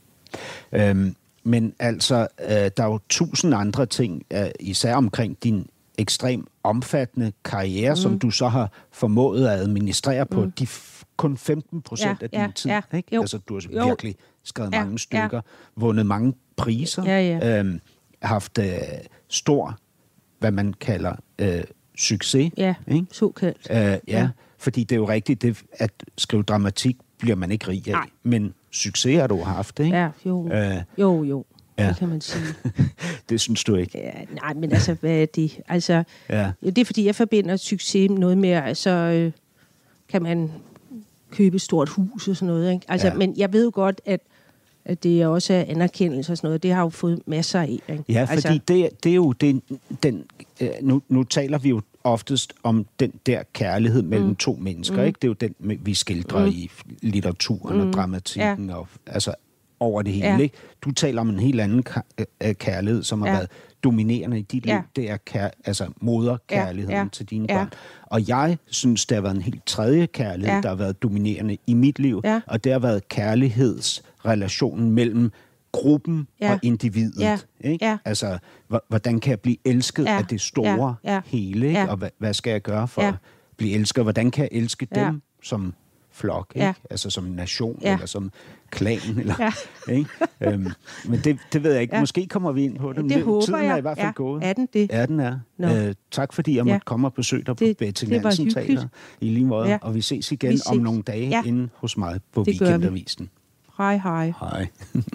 Øhm, men altså, øh, der er jo tusind andre ting, øh, især omkring din ekstremt omfattende karriere, mm. som du så har formået at administrere på mm. de f- kun femten procent ja, af din ja, tid. Ja, ikke? Altså, du har jo. virkelig skrevet ja, mange stykker, ja. vundet mange priser, ja, ja. Øhm, haft øh, stor, hvad man kalder, øh, succes. Ja, ikke? Såkaldt. Øh, ja, ja, fordi det er jo rigtigt, det, at skrive dramatik bliver man ikke rig af. Nej. Men succes har du haft, ikke? Ja, jo. Øh, jo, jo. Ja. Det kan man sige. Det synes du ikke? Ja, nej, men altså, hvad er det? Altså, ja. det er fordi, jeg forbinder succes noget med, altså, øh, kan man købe et stort hus og sådan noget, ikke? Altså, ja. Men jeg ved jo godt, at, at det også er anerkendelse og sådan noget. Det har jo fået masser af, ikke? Ja, fordi altså, det, det er jo den... den øh, nu, nu taler vi jo oftest om den der kærlighed mellem mm. to mennesker, mm. ikke? Det er jo den, vi skildrer mm. i litteraturen mm. og dramatikken, ja. og altså over det hele, ja. ikke? Du taler om en helt anden kærlighed, som har ja. været dominerende i dit ja. liv. Det er kær- altså moderkærligheden ja. Ja. til dine ja. børn. Og jeg synes, der har været en helt tredje kærlighed, ja. der har været dominerende i mit liv, ja. og det har været kærlighedsrelationen mellem gruppen ja. og individet. Ja. Ikke? Ja. Altså, hvordan kan jeg blive elsket ja. af det store ja. Ja. hele? Ikke? Ja. Og hvad, hvad skal jeg gøre for ja. at blive elsket? Hvordan kan jeg elske ja. dem som flok? Ikke? Ja. Altså som nation, ja. eller som klan. Eller, ja. ikke? Øhm, men det, det ved jeg ikke. Ja. Måske kommer vi ind på det. Det håber Tiden jeg. er i hvert fald ja. gået. Er den det? Ja, den er. No. Øh, tak fordi jeg måtte ja. komme og besøge dig på Betty Nansen Teater i lige måde. Ja. Og vi ses igen vi ses. om nogle dage ja. inde hos mig på det Weekendavisen. Hej, hej. Hej.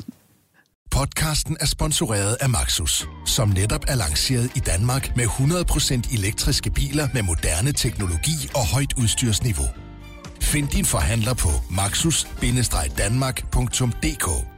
Podcasten er sponsoreret af Maxus, som netop er lanceret i Danmark med hundrede procent elektriske biler med moderne teknologi og højt udstyrsniveau. Find din forhandler på maxus bindestreg danmark punktum d k.